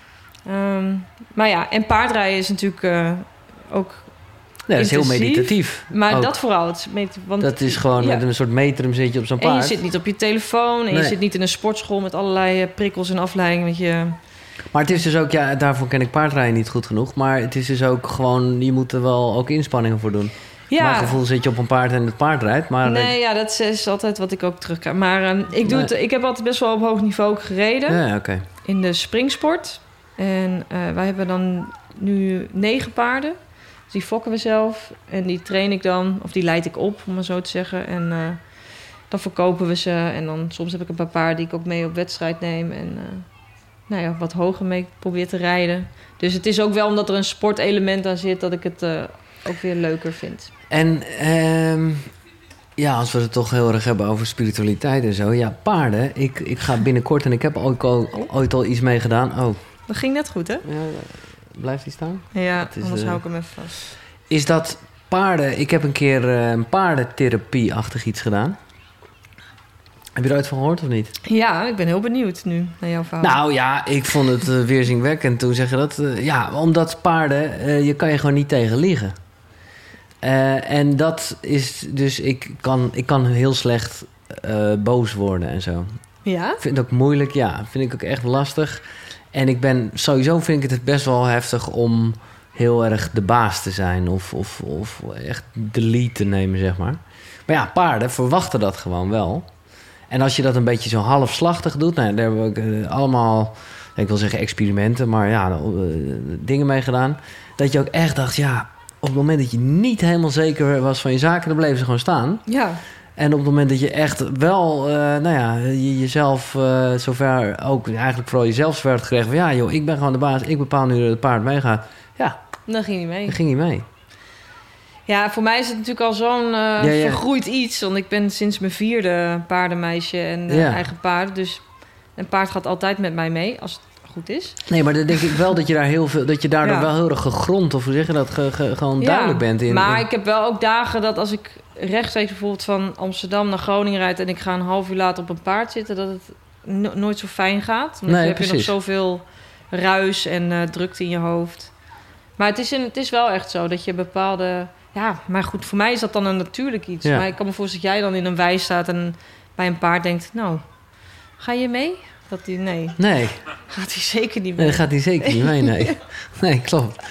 Um, maar ja, en paardrijden is natuurlijk uh, ook ja, dat is heel meditatief. Maar ook. dat vooral. Het met, want, dat is gewoon ja. met een soort metrum zit je op zo'n paard. En je zit niet op je telefoon. En nee. je zit niet in een sportschool met allerlei prikkels en afleidingen. Met je... Maar het is dus ook, ja, daarvoor ken ik paardrijden niet goed genoeg. Maar het is dus ook gewoon, je moet er wel ook inspanningen voor doen. Ja. Mijn gevoel zit je op een paard en het paard rijdt. Maar nee, ik... ja, dat is altijd wat ik ook terugkrijg. Maar um, ik, doe nee. het, ik heb altijd best wel op hoog niveau gereden. Ja, okay. In de springsport. En uh, wij hebben dan nu negen paarden. Dus die fokken we zelf. En die train ik dan, of die leid ik op, om maar zo te zeggen. En uh, dan verkopen we ze. En dan soms heb ik een paar paarden die ik ook mee op wedstrijd neem. En uh, nou ja, wat hoger mee probeer te rijden. Dus het is ook wel omdat er een sportelement aan zit, dat ik het uh, ook weer leuker vind. En um, ja, als we het toch heel erg hebben over spiritualiteit en zo. Ja, paarden. Ik, ik ga binnenkort, en ik heb ooit al, ooit al iets mee gedaan. Oh. Dat ging net goed, hè? Ja, blijft die staan? Ja, is, anders uh, hou ik hem even vast. Is dat paarden... Ik heb een keer uh, een paardentherapie-achtig iets gedaan. Heb je er ooit van gehoord of niet? Ja, ik ben heel benieuwd nu naar jouw verhaal. Nou ja, ik vond het uh, weerzinwekkend toen zeg je dat. Uh, ja, omdat paarden, uh, je kan je gewoon niet tegen liegen. Uh, en dat is dus... Ik kan, ik kan heel slecht uh, boos worden en zo. Ja? Ik vind het ook moeilijk, ja. Vind ik ook echt lastig. En ik ben... Sowieso vind ik het best wel heftig om heel erg de baas te zijn. Of, of, of echt de lead te nemen, zeg maar. Maar ja, paarden verwachten dat gewoon wel. En als je dat een beetje zo halfslachtig doet... Nou, daar hebben we uh, allemaal... Ik wil zeggen experimenten, maar ja, uh, dingen mee gedaan. Dat je ook echt dacht, ja... Op het moment dat je niet helemaal zeker was van je zaken... dan bleven ze gewoon staan. Ja. En op het moment dat je echt wel, uh, nou ja, je, jezelf uh, zover ook eigenlijk vooral jezelf zover had gekregen van ja, joh, ik ben gewoon de baas, ik bepaal nu dat het paard meegaat. Ja. Dan ging hij mee. Dan ging hij mee. Ja, voor mij is het natuurlijk al zo'n uh, ja, ja. vergroeid iets. Want ik ben sinds mijn vierde paardenmeisje en uh, ja. eigen paard. Dus een paard gaat altijd met mij mee, als het goed is. Nee, maar dan denk ik wel dat je daar heel veel, dat je daardoor ja. wel heel erg gegrond, of hoe zeg je dat, ge, ge, gewoon ja, duidelijk bent. In, maar in... ik heb wel ook dagen dat als ik rechtstreeks bijvoorbeeld van Amsterdam naar Groningen rijd en ik ga een half uur later op een paard zitten, dat het no- nooit zo fijn gaat. Want nee, dan heb precies. je nog zoveel ruis en uh, drukte in je hoofd. Maar het is, in, het is wel echt zo dat je bepaalde... Ja, maar goed, voor mij is dat dan een natuurlijk iets. Ja. Maar ik kan me voorstellen dat jij dan in een wei staat en bij een paard denkt, nou, ga je mee? Dat die, nee. Nee. Gaat hij zeker niet mee? Nee, gaat hij zeker niet mee, nee. Nee, klopt.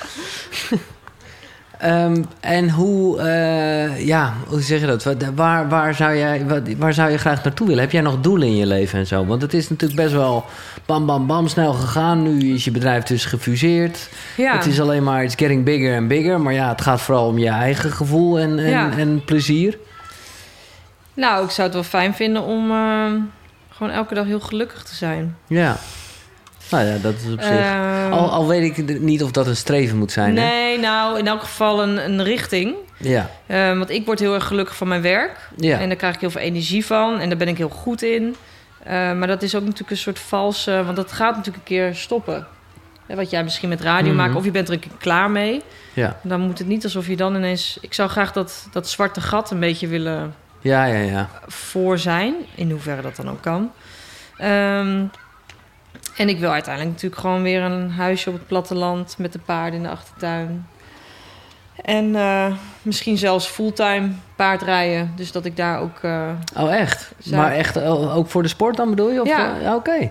um, en hoe, uh, ja, hoe zeg je dat? Waar, waar, zou jij, waar zou je graag naartoe willen? Heb jij nog doelen in je leven en zo? Want het is natuurlijk best wel bam, bam, bam, snel gegaan. Nu is je bedrijf dus gefuseerd. Ja. Het is alleen maar, it's getting bigger and bigger. Maar ja, het gaat vooral om je eigen gevoel en, en, ja. en plezier. Nou, ik zou het wel fijn vinden om... Uh... gewoon elke dag heel gelukkig te zijn. Ja. Nou ja, dat is op zich... Uh, al, al weet ik niet of dat een streven moet zijn. Nee, hè? Nou, in elk geval een, een richting. Ja. Uh, want ik word heel erg gelukkig van mijn werk. Ja. En daar krijg ik heel veel energie van. En daar ben ik heel goed in. Uh, maar dat is ook natuurlijk een soort valse... Want dat gaat natuurlijk een keer stoppen. Hè, wat jij misschien met radio mm-hmm. maakt. Of je bent er een keer klaar mee. Ja. Dan moet het niet alsof je dan ineens... Ik zou graag dat, dat zwarte gat een beetje willen... Ja, ja, ja. voor zijn. In hoeverre dat dan ook kan. Um, en ik wil uiteindelijk natuurlijk gewoon weer een huisje op het platteland met de paarden in de achtertuin. En uh, misschien zelfs fulltime paardrijden. Dus dat ik daar ook... Uh, oh, echt? zou... Maar echt ook voor de sport dan bedoel je? Of ja. Uh, Oké. Okay.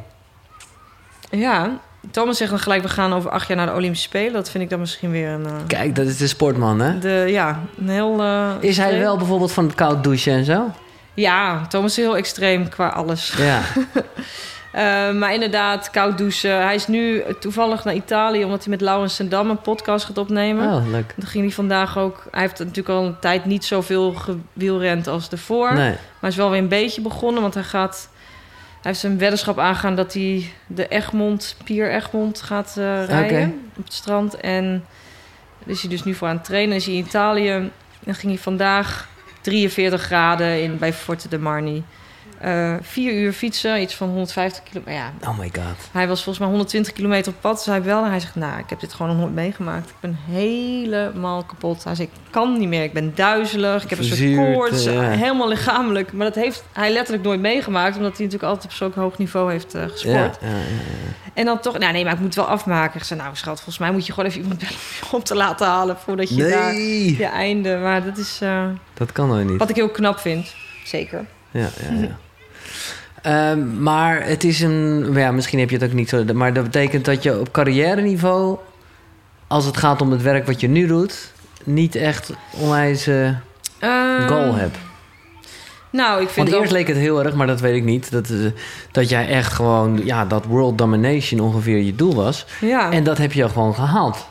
Ja, Thomas zegt dan gelijk... we gaan over acht jaar naar de Olympische Spelen. Dat vind ik dan misschien weer een... Uh, Kijk, dat is de sportman, hè? De, ja, een heel... Uh, is extreem. Hij wel bijvoorbeeld van het koud douchen en zo? Ja, Thomas is heel extreem qua alles. Ja. Uh, maar inderdaad, koud douchen. Hij is nu toevallig naar Italië... omdat hij met Laurens Sendam een podcast gaat opnemen. Oh, leuk. Dan ging hij vandaag ook... Hij heeft natuurlijk al een tijd niet zoveel gewielrend als ervoor. Nee. Maar hij is wel weer een beetje begonnen... want hij gaat... Hij heeft zijn weddenschap aangaan dat hij de Egmond, Pier Egmond gaat uh, rijden okay. op het strand. En daar is hij dus nu voor aan het trainen. Dan is hij in Italië. Dan ging hij vandaag drieënveertig graden in, bij Forte de Marni. Uh, vier uur fietsen, iets van honderdvijftig kilometer. Ja, oh my god. Hij was volgens mij honderdtwintig kilometer op pad. Dus hij belde en hij zegt, nou, ik heb dit gewoon nog nooit meegemaakt. Ik ben helemaal kapot. Hij zegt, ik kan niet meer. Ik ben duizelig. Ik heb Verzuurd, een soort koorts. Ja. Helemaal lichamelijk. Maar dat heeft hij letterlijk nooit meegemaakt. Omdat hij natuurlijk altijd op zo'n hoog niveau heeft uh, gesport. Ja, ja, ja, ja. En dan toch, nou nee, maar ik moet het wel afmaken. Ik zei, nou schat, volgens mij moet je gewoon even iemand bellen om je op te laten halen. Voordat je nee. daar je einde. Maar dat is... Uh, dat kan nou niet. Wat ik heel knap vind. Zeker. Ja, ja, ja. Uh, maar het is een... Ja, misschien heb je het ook niet zo... Maar dat betekent dat je op carrière-niveau... als het gaat om het werk wat je nu doet... niet echt onwijs uh, uh, goal hebt. Nou, ik vind Want dat... eerst leek het heel erg, maar dat weet ik niet... dat, uh, dat jij echt gewoon... ja, dat world domination ongeveer je doel was. Ja. En dat heb je gewoon gehaald.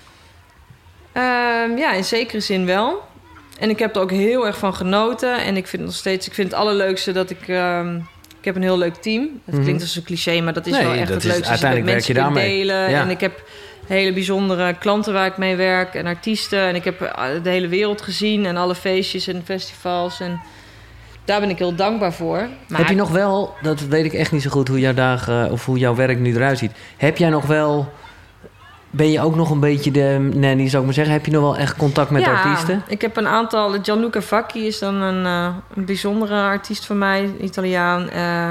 Uh, ja, in zekere zin wel. En ik heb er ook heel erg van genoten. En ik vind nog steeds... Ik vind het allerleukste dat ik... Uh, Ik heb een heel leuk team. Dat klinkt mm-hmm. als een cliché, maar dat is nee, wel echt het leukste. Uiteindelijk dat werk je daarmee. Delen. Ja. En ik heb hele bijzondere klanten waar ik mee werk en artiesten. En ik heb de hele wereld gezien en alle feestjes en festivals. En daar ben ik heel dankbaar voor. Maar heb je nog wel, dat weet ik echt niet zo goed hoe jouw dagen of hoe jouw werk nu eruit ziet. Heb jij nog wel... Ben je ook nog een beetje de nanny, zou ik maar zeggen? Heb je nog wel echt contact met ja, artiesten? Ik heb een aantal... Gianluca Vacchi is dan een, uh, een bijzondere artiest van mij, Italiaan. Uh,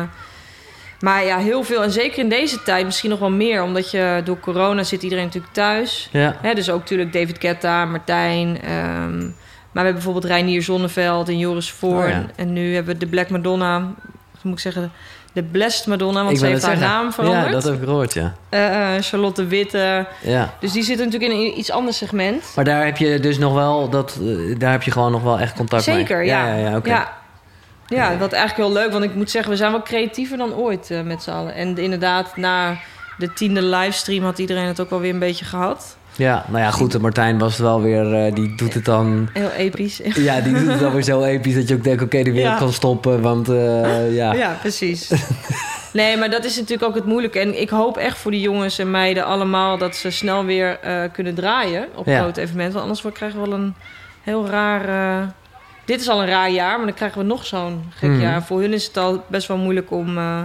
maar ja, heel veel. En zeker in deze tijd misschien nog wel meer. Omdat je door corona zit iedereen natuurlijk thuis. Ja. Hè, dus ook natuurlijk David Guetta, Martijn. Um, maar we hebben bijvoorbeeld Reinier Zonneveld en Joris Voorn. Oh, ja. En nu hebben we de Black Madonna... Hoe moet ik zeggen... De Blessed Madonna, want ik ze heeft haar zeggen. naam veranderd. Ja, dat heb ik gehoord, ja. Uh, Charlotte Witte. Ja. Dus die zitten natuurlijk in een iets ander segment. Maar daar heb je dus nog wel... Dat, uh, daar heb je gewoon nog wel echt contact Zeker, mee? Zeker, ja. Ja, ja, ja, okay. ja. Ja, ja, wat eigenlijk heel leuk. Want ik moet zeggen, we zijn wel creatiever dan ooit uh, met z'n allen. En inderdaad, na de tiende livestream had iedereen het ook wel weer een beetje gehad. Ja, nou ja, goed. Martijn was het wel weer... Uh, die doet het dan... Heel episch. Ja, die doet het dan weer zo episch... dat je ook denkt, oké, okay, die wereld ja. kan stoppen. Want uh, ja... Ja, precies. Nee, maar dat is natuurlijk ook het moeilijke. En ik hoop echt voor die jongens en meiden allemaal... dat ze snel weer uh, kunnen draaien op ja. grote evenementen. Want anders krijgen we wel een heel raar... Uh... Dit is al een raar jaar, maar dan krijgen we nog zo'n gek mm. jaar. Voor hun is het al best wel moeilijk om... Uh,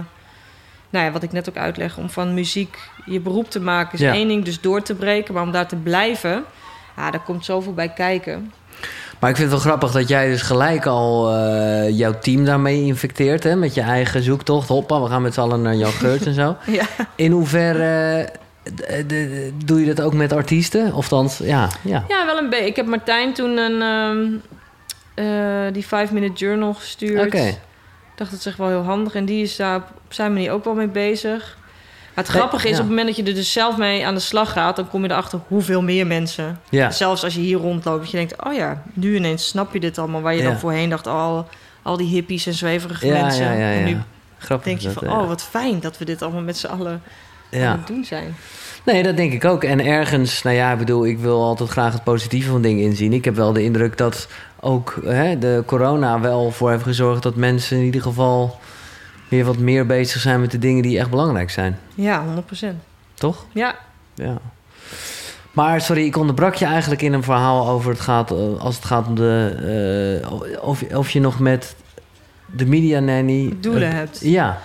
nou ja, wat ik net ook uitleg... om van muziek je beroep te maken is ja. één ding, dus door te breken. Maar om daar te blijven, ja, daar komt zoveel bij kijken. Maar ik vind het wel grappig dat jij dus gelijk al uh, jouw team daarmee infecteert. Hè? Met je eigen zoektocht. Hoppa, we gaan met z'n allen naar Jan Geurts en zo. Ja. In hoeverre uh, de, de, doe je dat ook met artiesten? Of dan, ja, ja. Ja, wel een beetje. Ik heb Martijn toen een, um, uh, die five minute journal gestuurd. Oké. Okay. Ik dacht, dat is echt wel heel handig. En die is daar op zijn manier ook wel mee bezig. Maar het grappige is, ja. op het moment dat je er dus zelf mee aan de slag gaat... dan kom je erachter hoeveel meer mensen. Ja. Zelfs als je hier rondloopt, dat je denkt... oh ja, nu ineens snap je dit allemaal. Waar je ja. dan voorheen dacht, al, al die hippies en zweverige ja, mensen. Ja, ja, ja. En nu grappig denk je dat, van, ja. oh, wat fijn dat we dit allemaal met z'n allen ja. aan het doen zijn. Nee, dat denk ik ook. En ergens, nou ja, ik bedoel, ik wil altijd graag het positieve van dingen inzien. Ik heb wel de indruk dat ook hè, de corona wel voor heeft gezorgd... dat mensen in ieder geval weer wat meer bezig zijn met de dingen die echt belangrijk zijn. Ja, honderd procent. Toch? Ja. Ja. Maar sorry, ik onderbrak je eigenlijk in een verhaal over het gaat... als het gaat om de... Uh, of, of je nog met de media nanny... doelen uh, hebt. Ja.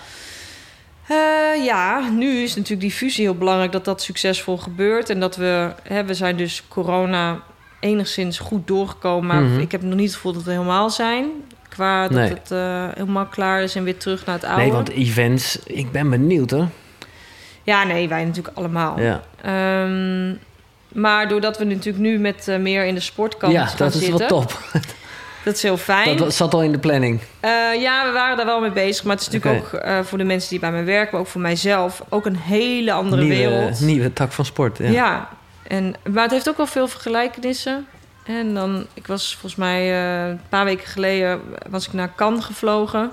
Uh, ja, nu is natuurlijk die fusie heel belangrijk... dat dat succesvol gebeurt. En dat we... Hè, we zijn dus corona enigszins goed doorgekomen... maar mm-hmm. ik heb nog niet het gevoel dat we helemaal zijn... qua dat nee. het uh, helemaal klaar is en weer terug naar het oude. Nee, want events... Ik ben benieuwd, hoor. Ja, nee, wij natuurlijk allemaal. Ja. Um, Maar doordat we natuurlijk nu met uh, meer in de sportkant ja, gaan dat is zitten... wel top. Dat is heel fijn. Dat zat al in de planning. Uh, ja, we waren daar wel mee bezig. Maar het is natuurlijk Okay. ook uh, voor de mensen die bij mij werken... maar ook voor mijzelf ook een hele andere nieuwe, wereld. Nieuwe tak van sport. Ja. ja en, maar het heeft ook wel veel vergelijkenissen. En dan, ik was volgens mij uh, een paar weken geleden... was ik naar Cannes gevlogen...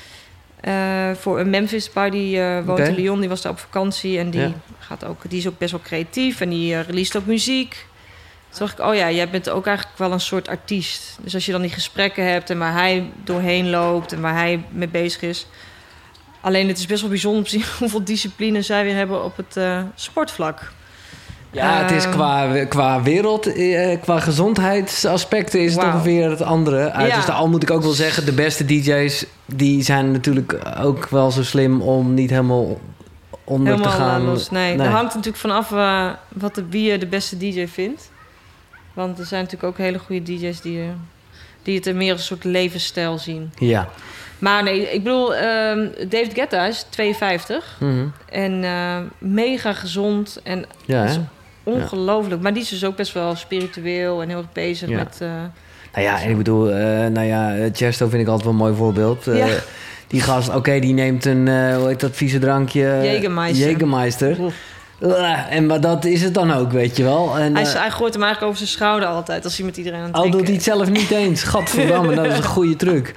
Uh, voor een Memphis bar, die uh, woont okay. in Lyon. Die was daar op vakantie en die, ja. gaat ook, die is ook best wel creatief. En die uh, released ook muziek. Toen dacht ik, oh ja, jij bent ook eigenlijk wel een soort artiest. Dus als je dan die gesprekken hebt en waar hij doorheen loopt... en waar hij mee bezig is... Alleen het is best wel bijzonder om te zien hoeveel discipline zij weer hebben op het uh, sportvlak. Ja, uh, het is qua, qua wereld, uh, qua gezondheidsaspecten is het wow. ongeveer het andere. Uh, ja. Dus al moet ik ook wel zeggen, de beste D J's... die zijn natuurlijk ook wel zo slim om niet helemaal onder helemaal te gaan. Los. Nee, nee. er hangt natuurlijk vanaf uh, wat de, wie je de beste D J vindt. Want er zijn natuurlijk ook hele goede D J's die, uh, die het er meer als een soort levensstijl zien. Ja. Maar nee, ik bedoel, uh, David Guetta is tweeënvijftig. Mm-hmm. En uh, mega gezond en ja, is ongelooflijk. Ja. Maar die is dus ook best wel spiritueel en heel erg bezig ja. met... Uh, nou ja, en ik bedoel, uh, nou ja, Chesto vind ik altijd wel een mooi voorbeeld. Uh, ja. Die gast, oké, okay, die neemt een, uh, hoe heet dat vieze drankje? Jägermeister. Jägermeister. Uh, en maar dat is het dan ook, weet je wel. En, hij, uh, hij gooit hem eigenlijk over zijn schouder altijd als hij met iedereen aan het al drinken doet hij het zelf niet eens. Gadverdamme, dat is een goede truc.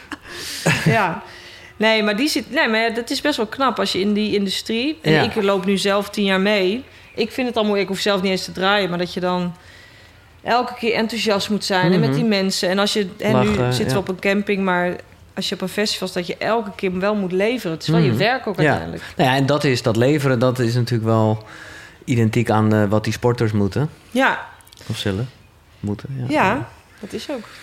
Ja. Nee, maar die zit. Nee, maar dat is best wel knap als je in die industrie. En ja. ik loop nu zelf tien jaar mee. Ik vind het al mooi. Ik hoef zelf niet eens te draaien, maar dat je dan elke keer enthousiast moet zijn mm-hmm. en met die mensen. En als je en nu zitten we ja. op een camping, maar als je op een festival staat, dat je elke keer wel moet leveren. Het is wel mm-hmm. je werk ook ja. uiteindelijk. Nou ja, en dat is dat leveren. Dat is natuurlijk wel identiek aan uh, wat die sporters moeten. Ja. Of zullen moeten. Ja, ja dat is ook.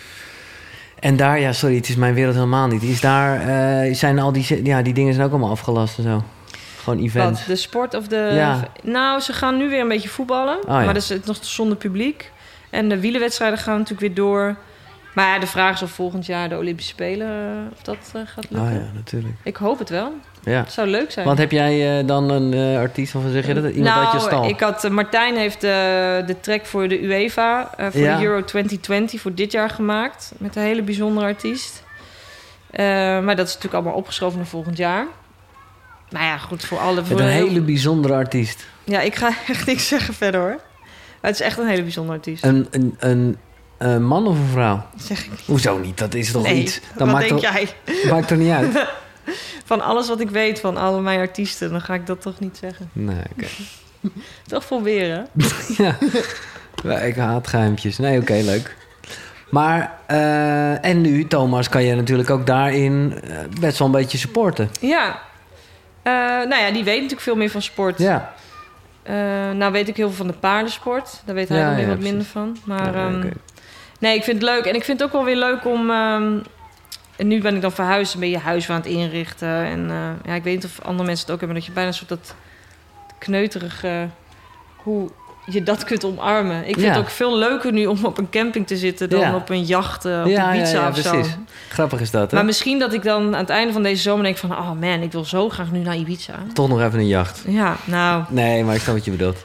En daar, ja, sorry, het is mijn wereld helemaal niet. Is daar, uh, zijn al die, ja, die dingen zijn ook allemaal afgelast en zo. Gewoon events. Wat, de sport of de... Ja. Nou, ze gaan nu weer een beetje voetballen. Oh, ja. Maar dat is nog zonder publiek. En de wielerwedstrijden gaan natuurlijk weer door. Maar ja, de vraag is of volgend jaar de Olympische Spelen... of dat uh, gaat lukken. Ah ja, natuurlijk. Ik hoop het wel. Ja. Het zou leuk zijn. Want heb jij uh, dan een uh, artiest, of zeg je dat? Iemand nou, uit je stal? Ik had, uh, Martijn heeft uh, de track voor de UEFA... Uh, voor ja. de Euro twintig twintig voor dit jaar gemaakt. Met een hele bijzondere artiest. Uh, maar dat is natuurlijk allemaal opgeschoven naar volgend jaar. Nou ja, goed, voor alle... Voor Met een heel... hele bijzondere artiest. Ja, ik ga echt niks zeggen verder, hoor. Maar het is echt een hele bijzondere artiest. Een, een, een, een man of een vrouw? Dat zeg ik niet. Hoezo niet? Dat is toch nee, iets? Dat wat maakt denk toch, jij? Maakt er niet uit. Van alles wat ik weet van alle mijn artiesten, dan ga ik dat toch niet zeggen. Nee, oké. Okay. Toch proberen. Ja. Ja, ik haat geheimpjes. Nee, oké, okay, leuk. Maar, uh, en nu, Thomas, kan je natuurlijk ook daarin uh, best wel een beetje supporten. Ja. Uh, nou ja, die weet natuurlijk veel meer van sport. Ja. Uh, nou weet ik heel veel van de paardensport. Daar weet hij ja, weer ja, wat precies. minder van. Maar ja, um, okay. nee, ik vind het leuk. En ik vind het ook wel weer leuk om... Um, en nu ben ik dan verhuisd, ben je huis aan het inrichten. En uh, ja, ik weet niet of andere mensen het ook hebben... dat je bijna een soort dat kneuterige... hoe je dat kunt omarmen. Ik vind ja. het ook veel leuker nu om op een camping te zitten... dan ja. op een jacht uh, op ja, Ibiza ja, ja, of zo. Precies. Grappig is dat, hè? Maar misschien dat ik dan aan het einde van deze zomer denk van... oh man, ik wil zo graag nu naar Ibiza. Toch nog even een jacht. Ja, nou... Nee, maar ik snap wat je bedoelt.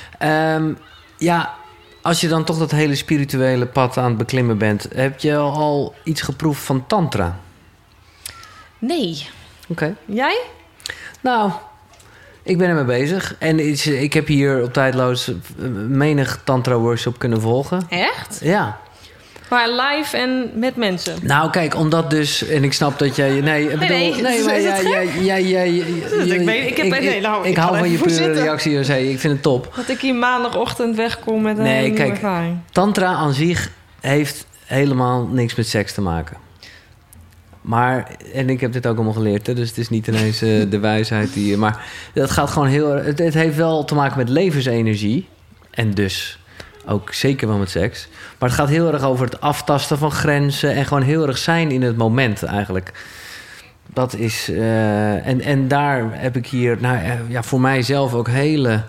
Um, ja, als je dan toch dat hele spirituele pad aan het beklimmen bent... heb je al iets geproefd van tantra? Nee. Oké. Okay. Jij? Nou... Ik ben ermee bezig. En ik heb hier op Tijdloos menig tantra-workshop kunnen volgen. Echt? Ja. Maar live en met mensen? Nou, kijk, omdat dus... En ik snap dat jij... Nee, ik bedoel... Nee, nee, nee maar jij... jij, jij, jij, jij ik, weet, ik, heb, ik, nee, nou, ik, ik hou van je pure reactie, José. Ik vind het top. Dat ik hier maandagochtend wegkom met een nee, nieuwe kijk, ervaring. Tantra aan zich heeft helemaal niks met seks te maken. Maar, en ik heb dit ook allemaal geleerd, hè, dus het is niet ineens uh, de wijsheid die... Maar dat gaat gewoon heel... Het, het heeft wel te maken met levensenergie. En dus ook zeker wel met seks. Maar het gaat heel erg over het aftasten van grenzen... en gewoon heel erg zijn in het moment eigenlijk. Dat is... Uh, en, en daar heb ik hier, nou ja, voor mijzelf ook hele...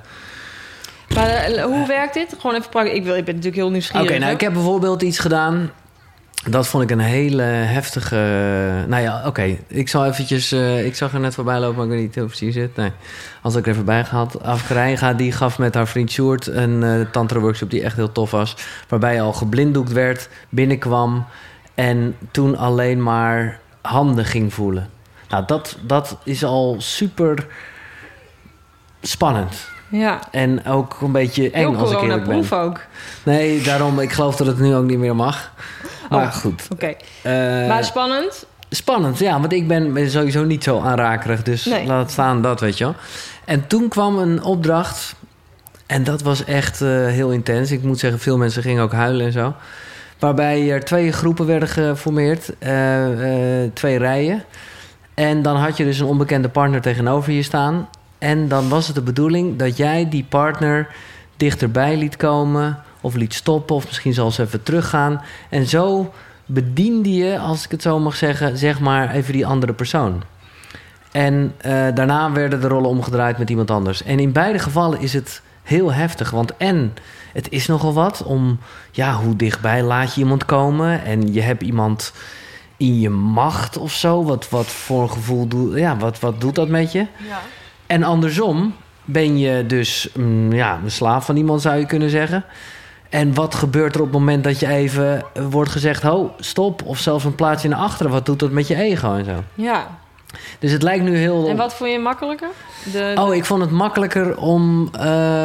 Maar uh, hoe werkt dit? Gewoon even praten. Ik, wil, ik ben natuurlijk heel nieuwsgierig. Oké, okay, nou, ik heb bijvoorbeeld iets gedaan... Dat vond ik een hele heftige... Nou ja, oké. Okay. Ik zal eventjes... Uh, ik zag er net voorbij lopen, maar ik weet niet of ze hier zit. Nee. Als ik er even bij gehad. Afkrijga, die gaf met haar vriend Sjoerd een uh, tantra-workshop die echt heel tof was. Waarbij je al geblinddoekt werd, binnenkwam... en toen alleen maar handen ging voelen. Nou, dat, dat is al super spannend. Ja. En ook een beetje eng, heel als ik eerlijk ben. Heel ook. Nee, daarom, ik geloof dat het nu ook niet meer mag. Maar oh, goed. Oké. Okay. Uh, maar spannend? Spannend, ja, want ik ben sowieso niet zo aanrakerig. Dus nee. Laat het staan dat, weet je wel. En toen kwam een opdracht. En dat was echt uh, heel intens. Ik moet zeggen, veel mensen gingen ook huilen en zo. Waarbij er twee groepen werden geformeerd. Uh, uh, twee rijen. En dan had je dus een onbekende partner tegenover je staan. En dan was het de bedoeling dat jij die partner dichterbij liet komen... of liet stoppen, of misschien zelfs even teruggaan. En zo bediende je, als ik het zo mag zeggen... zeg maar even die andere persoon. En uh, daarna werden de rollen omgedraaid met iemand anders. En in beide gevallen is het heel heftig. Want en het is nogal wat om... ja, hoe dichtbij laat je iemand komen? En je hebt iemand in je macht of zo. Wat, wat voor een gevoel doet... ja, wat, wat doet dat met je? Ja. En andersom ben je dus mm, ja, een slaaf van iemand, zou je kunnen zeggen. En wat gebeurt er op het moment dat je even wordt gezegd... ho, stop, of zelfs een plaatsje naar achteren. Wat doet dat met je ego en zo? Ja. Dus het lijkt nu heel... En wat vond je makkelijker? De, de... Oh, ik vond het makkelijker om uh,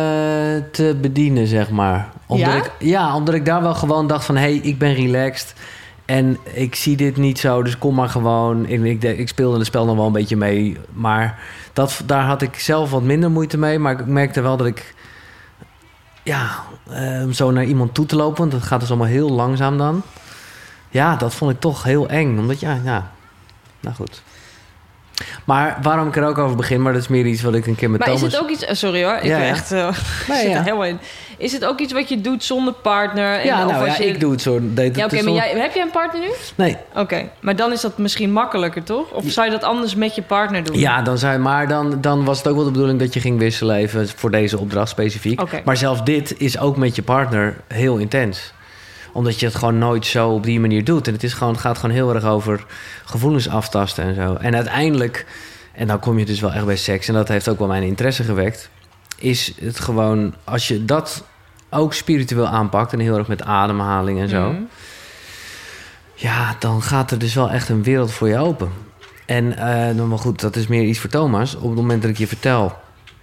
te bedienen, zeg maar. Omdat ja? Ik, ja, omdat ik daar wel gewoon dacht van... hé, hey, ik ben relaxed... en ik zie dit niet zo, dus kom maar gewoon. Ik, ik, ik speelde het spel nog wel een beetje mee. Maar dat, daar had ik zelf wat minder moeite mee. Maar ik merkte wel dat ik... ja, uh, om zo naar iemand toe te lopen... want dat gaat dus allemaal heel langzaam dan. Ja, dat vond ik toch heel eng. Omdat, ja, ja... Nou goed. Maar waarom ik er ook over begin... maar dat is meer iets wat ik een keer met maar Thomas... Maar is het ook iets... Sorry hoor, ik ja, ben ja. echt... Uh, nee, zit ja. er helemaal in. Is het ook iets wat je doet zonder partner? En ja, of nou als ja, je... ik doe het zo. Deed ja, oké, okay, maar jij, heb jij een partner nu? Nee. Oké, okay, maar dan is dat misschien makkelijker, toch? Of zou je dat anders met je partner doen? Ja, dan zou je, maar dan, dan was het ook wel de bedoeling... dat je ging wisselen even voor deze opdracht specifiek. Okay. Maar zelfs dit is ook met je partner heel intens. Omdat je het gewoon nooit zo op die manier doet. En het, is gewoon, het gaat gewoon heel erg over gevoelens aftasten en zo. En uiteindelijk... en dan kom je dus wel echt bij seks... en dat heeft ook wel mijn interesse gewekt... is het gewoon... als je dat ook spiritueel aanpakt... en heel erg met ademhaling en zo... Mm. ja, dan gaat er dus wel echt een wereld voor je open. En uh, maar goed, dat is meer iets voor Thomas. Op het moment dat ik je vertel...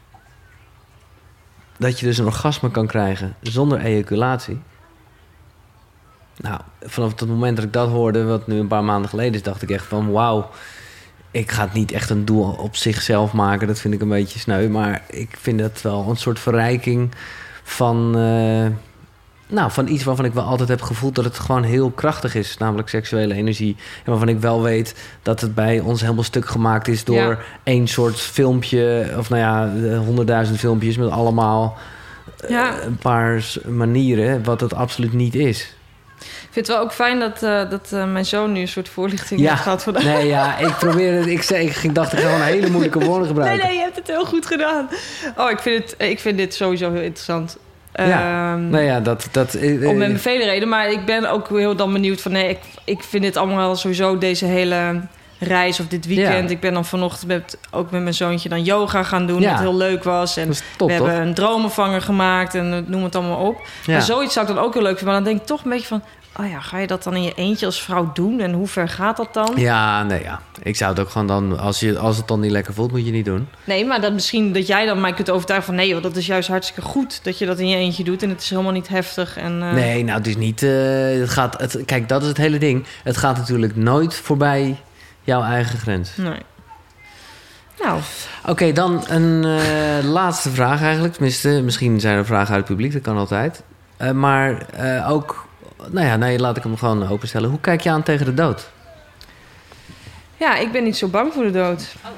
dat je dus een orgasme kan krijgen zonder ejaculatie... nou, vanaf het moment dat ik dat hoorde... wat nu een paar maanden geleden is... dacht ik echt van wauw... ik ga het niet echt een doel op zichzelf maken. Dat vind ik een beetje sneu. Maar ik vind dat wel een soort verrijking van... Uh, nou, van iets waarvan ik wel altijd heb gevoeld... dat het gewoon heel krachtig is. Namelijk seksuele energie. En waarvan ik wel weet dat het bij ons helemaal stuk gemaakt is... door ja. één soort filmpje... of nou ja, honderdduizend filmpjes met allemaal... Ja. Uh, een paar manieren... wat het absoluut niet is. Ik vind het wel ook fijn dat, uh, dat uh, mijn zoon nu een soort voorlichting ja. heeft gehad vandaag. Nee, ja, ik probeer het. Ik, zei, ik dacht, ik ga gewoon hele moeilijke woorden gebruiken. Nee, nee, je hebt het heel goed gedaan. Oh, ik vind, het, ik vind dit sowieso heel interessant. Ja, um, nou ja, dat... dat uh, om met vele redenen. Maar ik ben ook heel dan benieuwd van... nee, ik, ik vind dit allemaal sowieso deze hele reis of dit weekend. Ja. Ik ben dan vanochtend met, ook met mijn zoontje dan yoga gaan doen... Ja. wat heel leuk was. En top, we toch? hebben een dromenvanger gemaakt en noem het allemaal op. Ja. Maar zoiets zou ik dan ook heel leuk vinden. Maar dan denk ik toch een beetje van... oh ja, ga je dat dan in je eentje als vrouw doen? En hoe ver gaat dat dan? Ja, nee, ja. Ik zou het ook gewoon dan... Als, je, als het dan niet lekker voelt, moet je niet doen. Nee, maar dat misschien dat jij dan mij kunt overtuigen van... nee, want dat is juist hartstikke goed dat je dat in je eentje doet. En het is helemaal niet heftig. En, uh... Nee, nou, het is niet... Uh, het gaat, het, kijk, dat is het hele ding. Het gaat natuurlijk nooit voorbij jouw eigen grens. Nee. Nou. Oké, okay, dan een uh, laatste vraag eigenlijk. Tenminste, misschien zijn er vragen uit het publiek. Dat kan altijd. Uh, maar uh, ook... Nou ja, nee, laat ik hem gewoon openstellen. Hoe kijk je aan tegen de dood? Ja, ik ben niet zo bang voor de dood. Oh.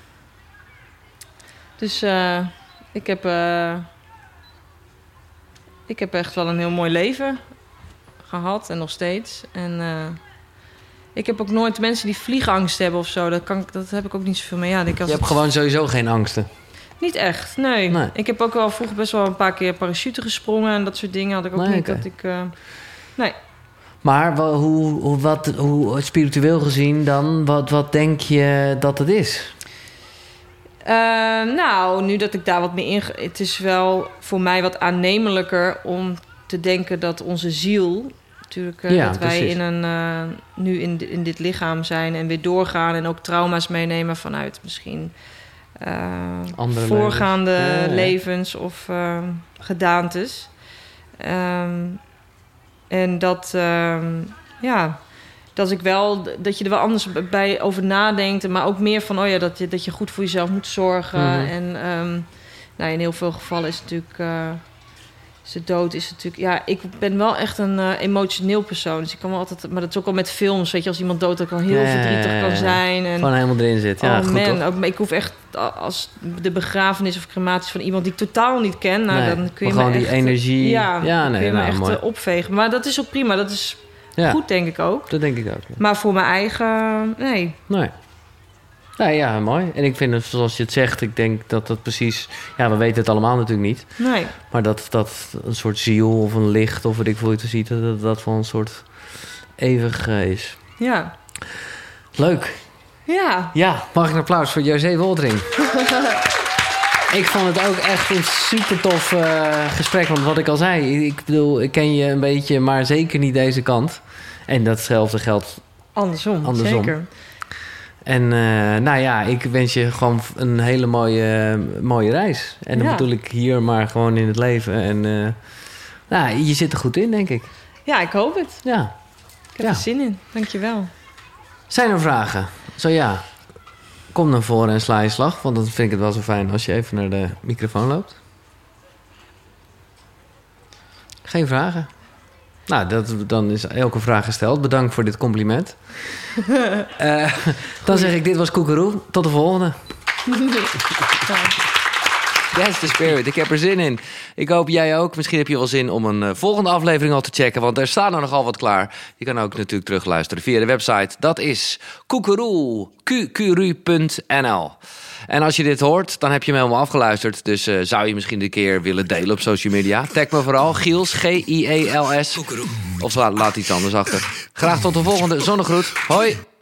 Dus uh, ik heb... Uh, ik heb echt wel een heel mooi leven gehad en nog steeds. En uh, ik heb ook nooit mensen die vliegangst hebben of zo. Dat, kan, dat heb ik ook niet zoveel mee. Ja, ik je hebt gewoon sowieso geen angsten? Niet echt, nee. nee. Ik heb ook wel vroeger best wel een paar keer parachute gesprongen... en dat soort dingen had ik ook nee, niet okay. dat ik... Uh, nee. Maar wa- hoe, hoe, wat, hoe spiritueel gezien dan, wat, wat denk je dat het is? Uh, nou, nu dat ik daar wat meer in... Het is wel voor mij wat aannemelijker om te denken dat onze ziel... Natuurlijk uh, Ja, dat wij precies. in een, uh, nu in, in dit lichaam zijn en weer doorgaan... en ook trauma's meenemen vanuit misschien uh, Andere voorgaande levens, ja, ja. levens of uh, gedaantes. Um, en dat, um, ja, dat ik wel, dat je er wel anders bij over nadenkt, maar ook meer van, oh ja, dat je, dat je goed voor jezelf moet zorgen. Mm-hmm. En um, nou, in heel veel gevallen is het natuurlijk, uh, is de dood is natuurlijk, ja, ik ben wel echt een uh, emotioneel persoon, dus ik kan wel altijd, maar dat is ook al met films, weet je, als iemand dood ook al heel Ja, verdrietig ja, ja. kan zijn. En, Gewoon helemaal erin zit. Ja, oh goed, man, toch? ook, ik hoef echt, als de begrafenis of crematie van iemand die ik totaal niet ken, nou, Nee, dan kun je maar me gewoon echt, die energie. ja, Ja, dan nee, kun je me nou, echt mooi. uh, opvegen. Maar dat is ook prima, dat is Ja, goed, denk ik ook. dat denk ik ook. Ja. Maar voor mijn eigen, nee. Nee. Nou ja, mooi. En ik vind het, zoals je het zegt, ik denk dat dat precies... Ja, we weten het allemaal natuurlijk niet. Nee. Maar dat dat een soort ziel of een licht of wat ik voor je te ziet... dat dat van een soort eeuwig uh, is. Ja. Leuk. Ja. Ja, mag ik een applaus voor José Woldering. Ik vond het ook echt een super tof uh, gesprek. Want wat ik al zei, ik bedoel, ik ken je een beetje, maar zeker niet deze kant. En datzelfde geldt Andersom, andersom. zeker. En uh, nou ja, ik wens je gewoon een hele mooie, uh, mooie reis. En dan Ja. bedoel ik hier maar gewoon in het leven. En uh, nou, je zit er goed in, denk ik. Ja, ik hoop het. Ja. Ik heb Ja. er zin in. Dankjewel. Zijn er vragen? Zo ja. Kom naar voren en sla je slag. Want dan vind ik het wel zo fijn als je even naar de microfoon loopt. Geen vragen? Nou, dat, dan is elke vraag gesteld. Bedankt voor dit compliment. uh, dan zeg ik, dit was Koekeroe. Tot de volgende. That's the spirit. Ik heb er zin in. Ik hoop jij ook. Misschien heb je wel zin om een uh, volgende aflevering al te checken. Want er staan er nogal wat klaar. Je kan ook natuurlijk terugluisteren via de website. Dat is koekeroe, q q r u punt n l. En als je dit hoort, dan heb je hem helemaal afgeluisterd. Dus uh, zou je misschien een keer willen delen op social media. Tag me vooral. Giels, G I E L S. Of laat, laat iets anders achter. Graag tot de volgende. Zonnegroet. Hoi.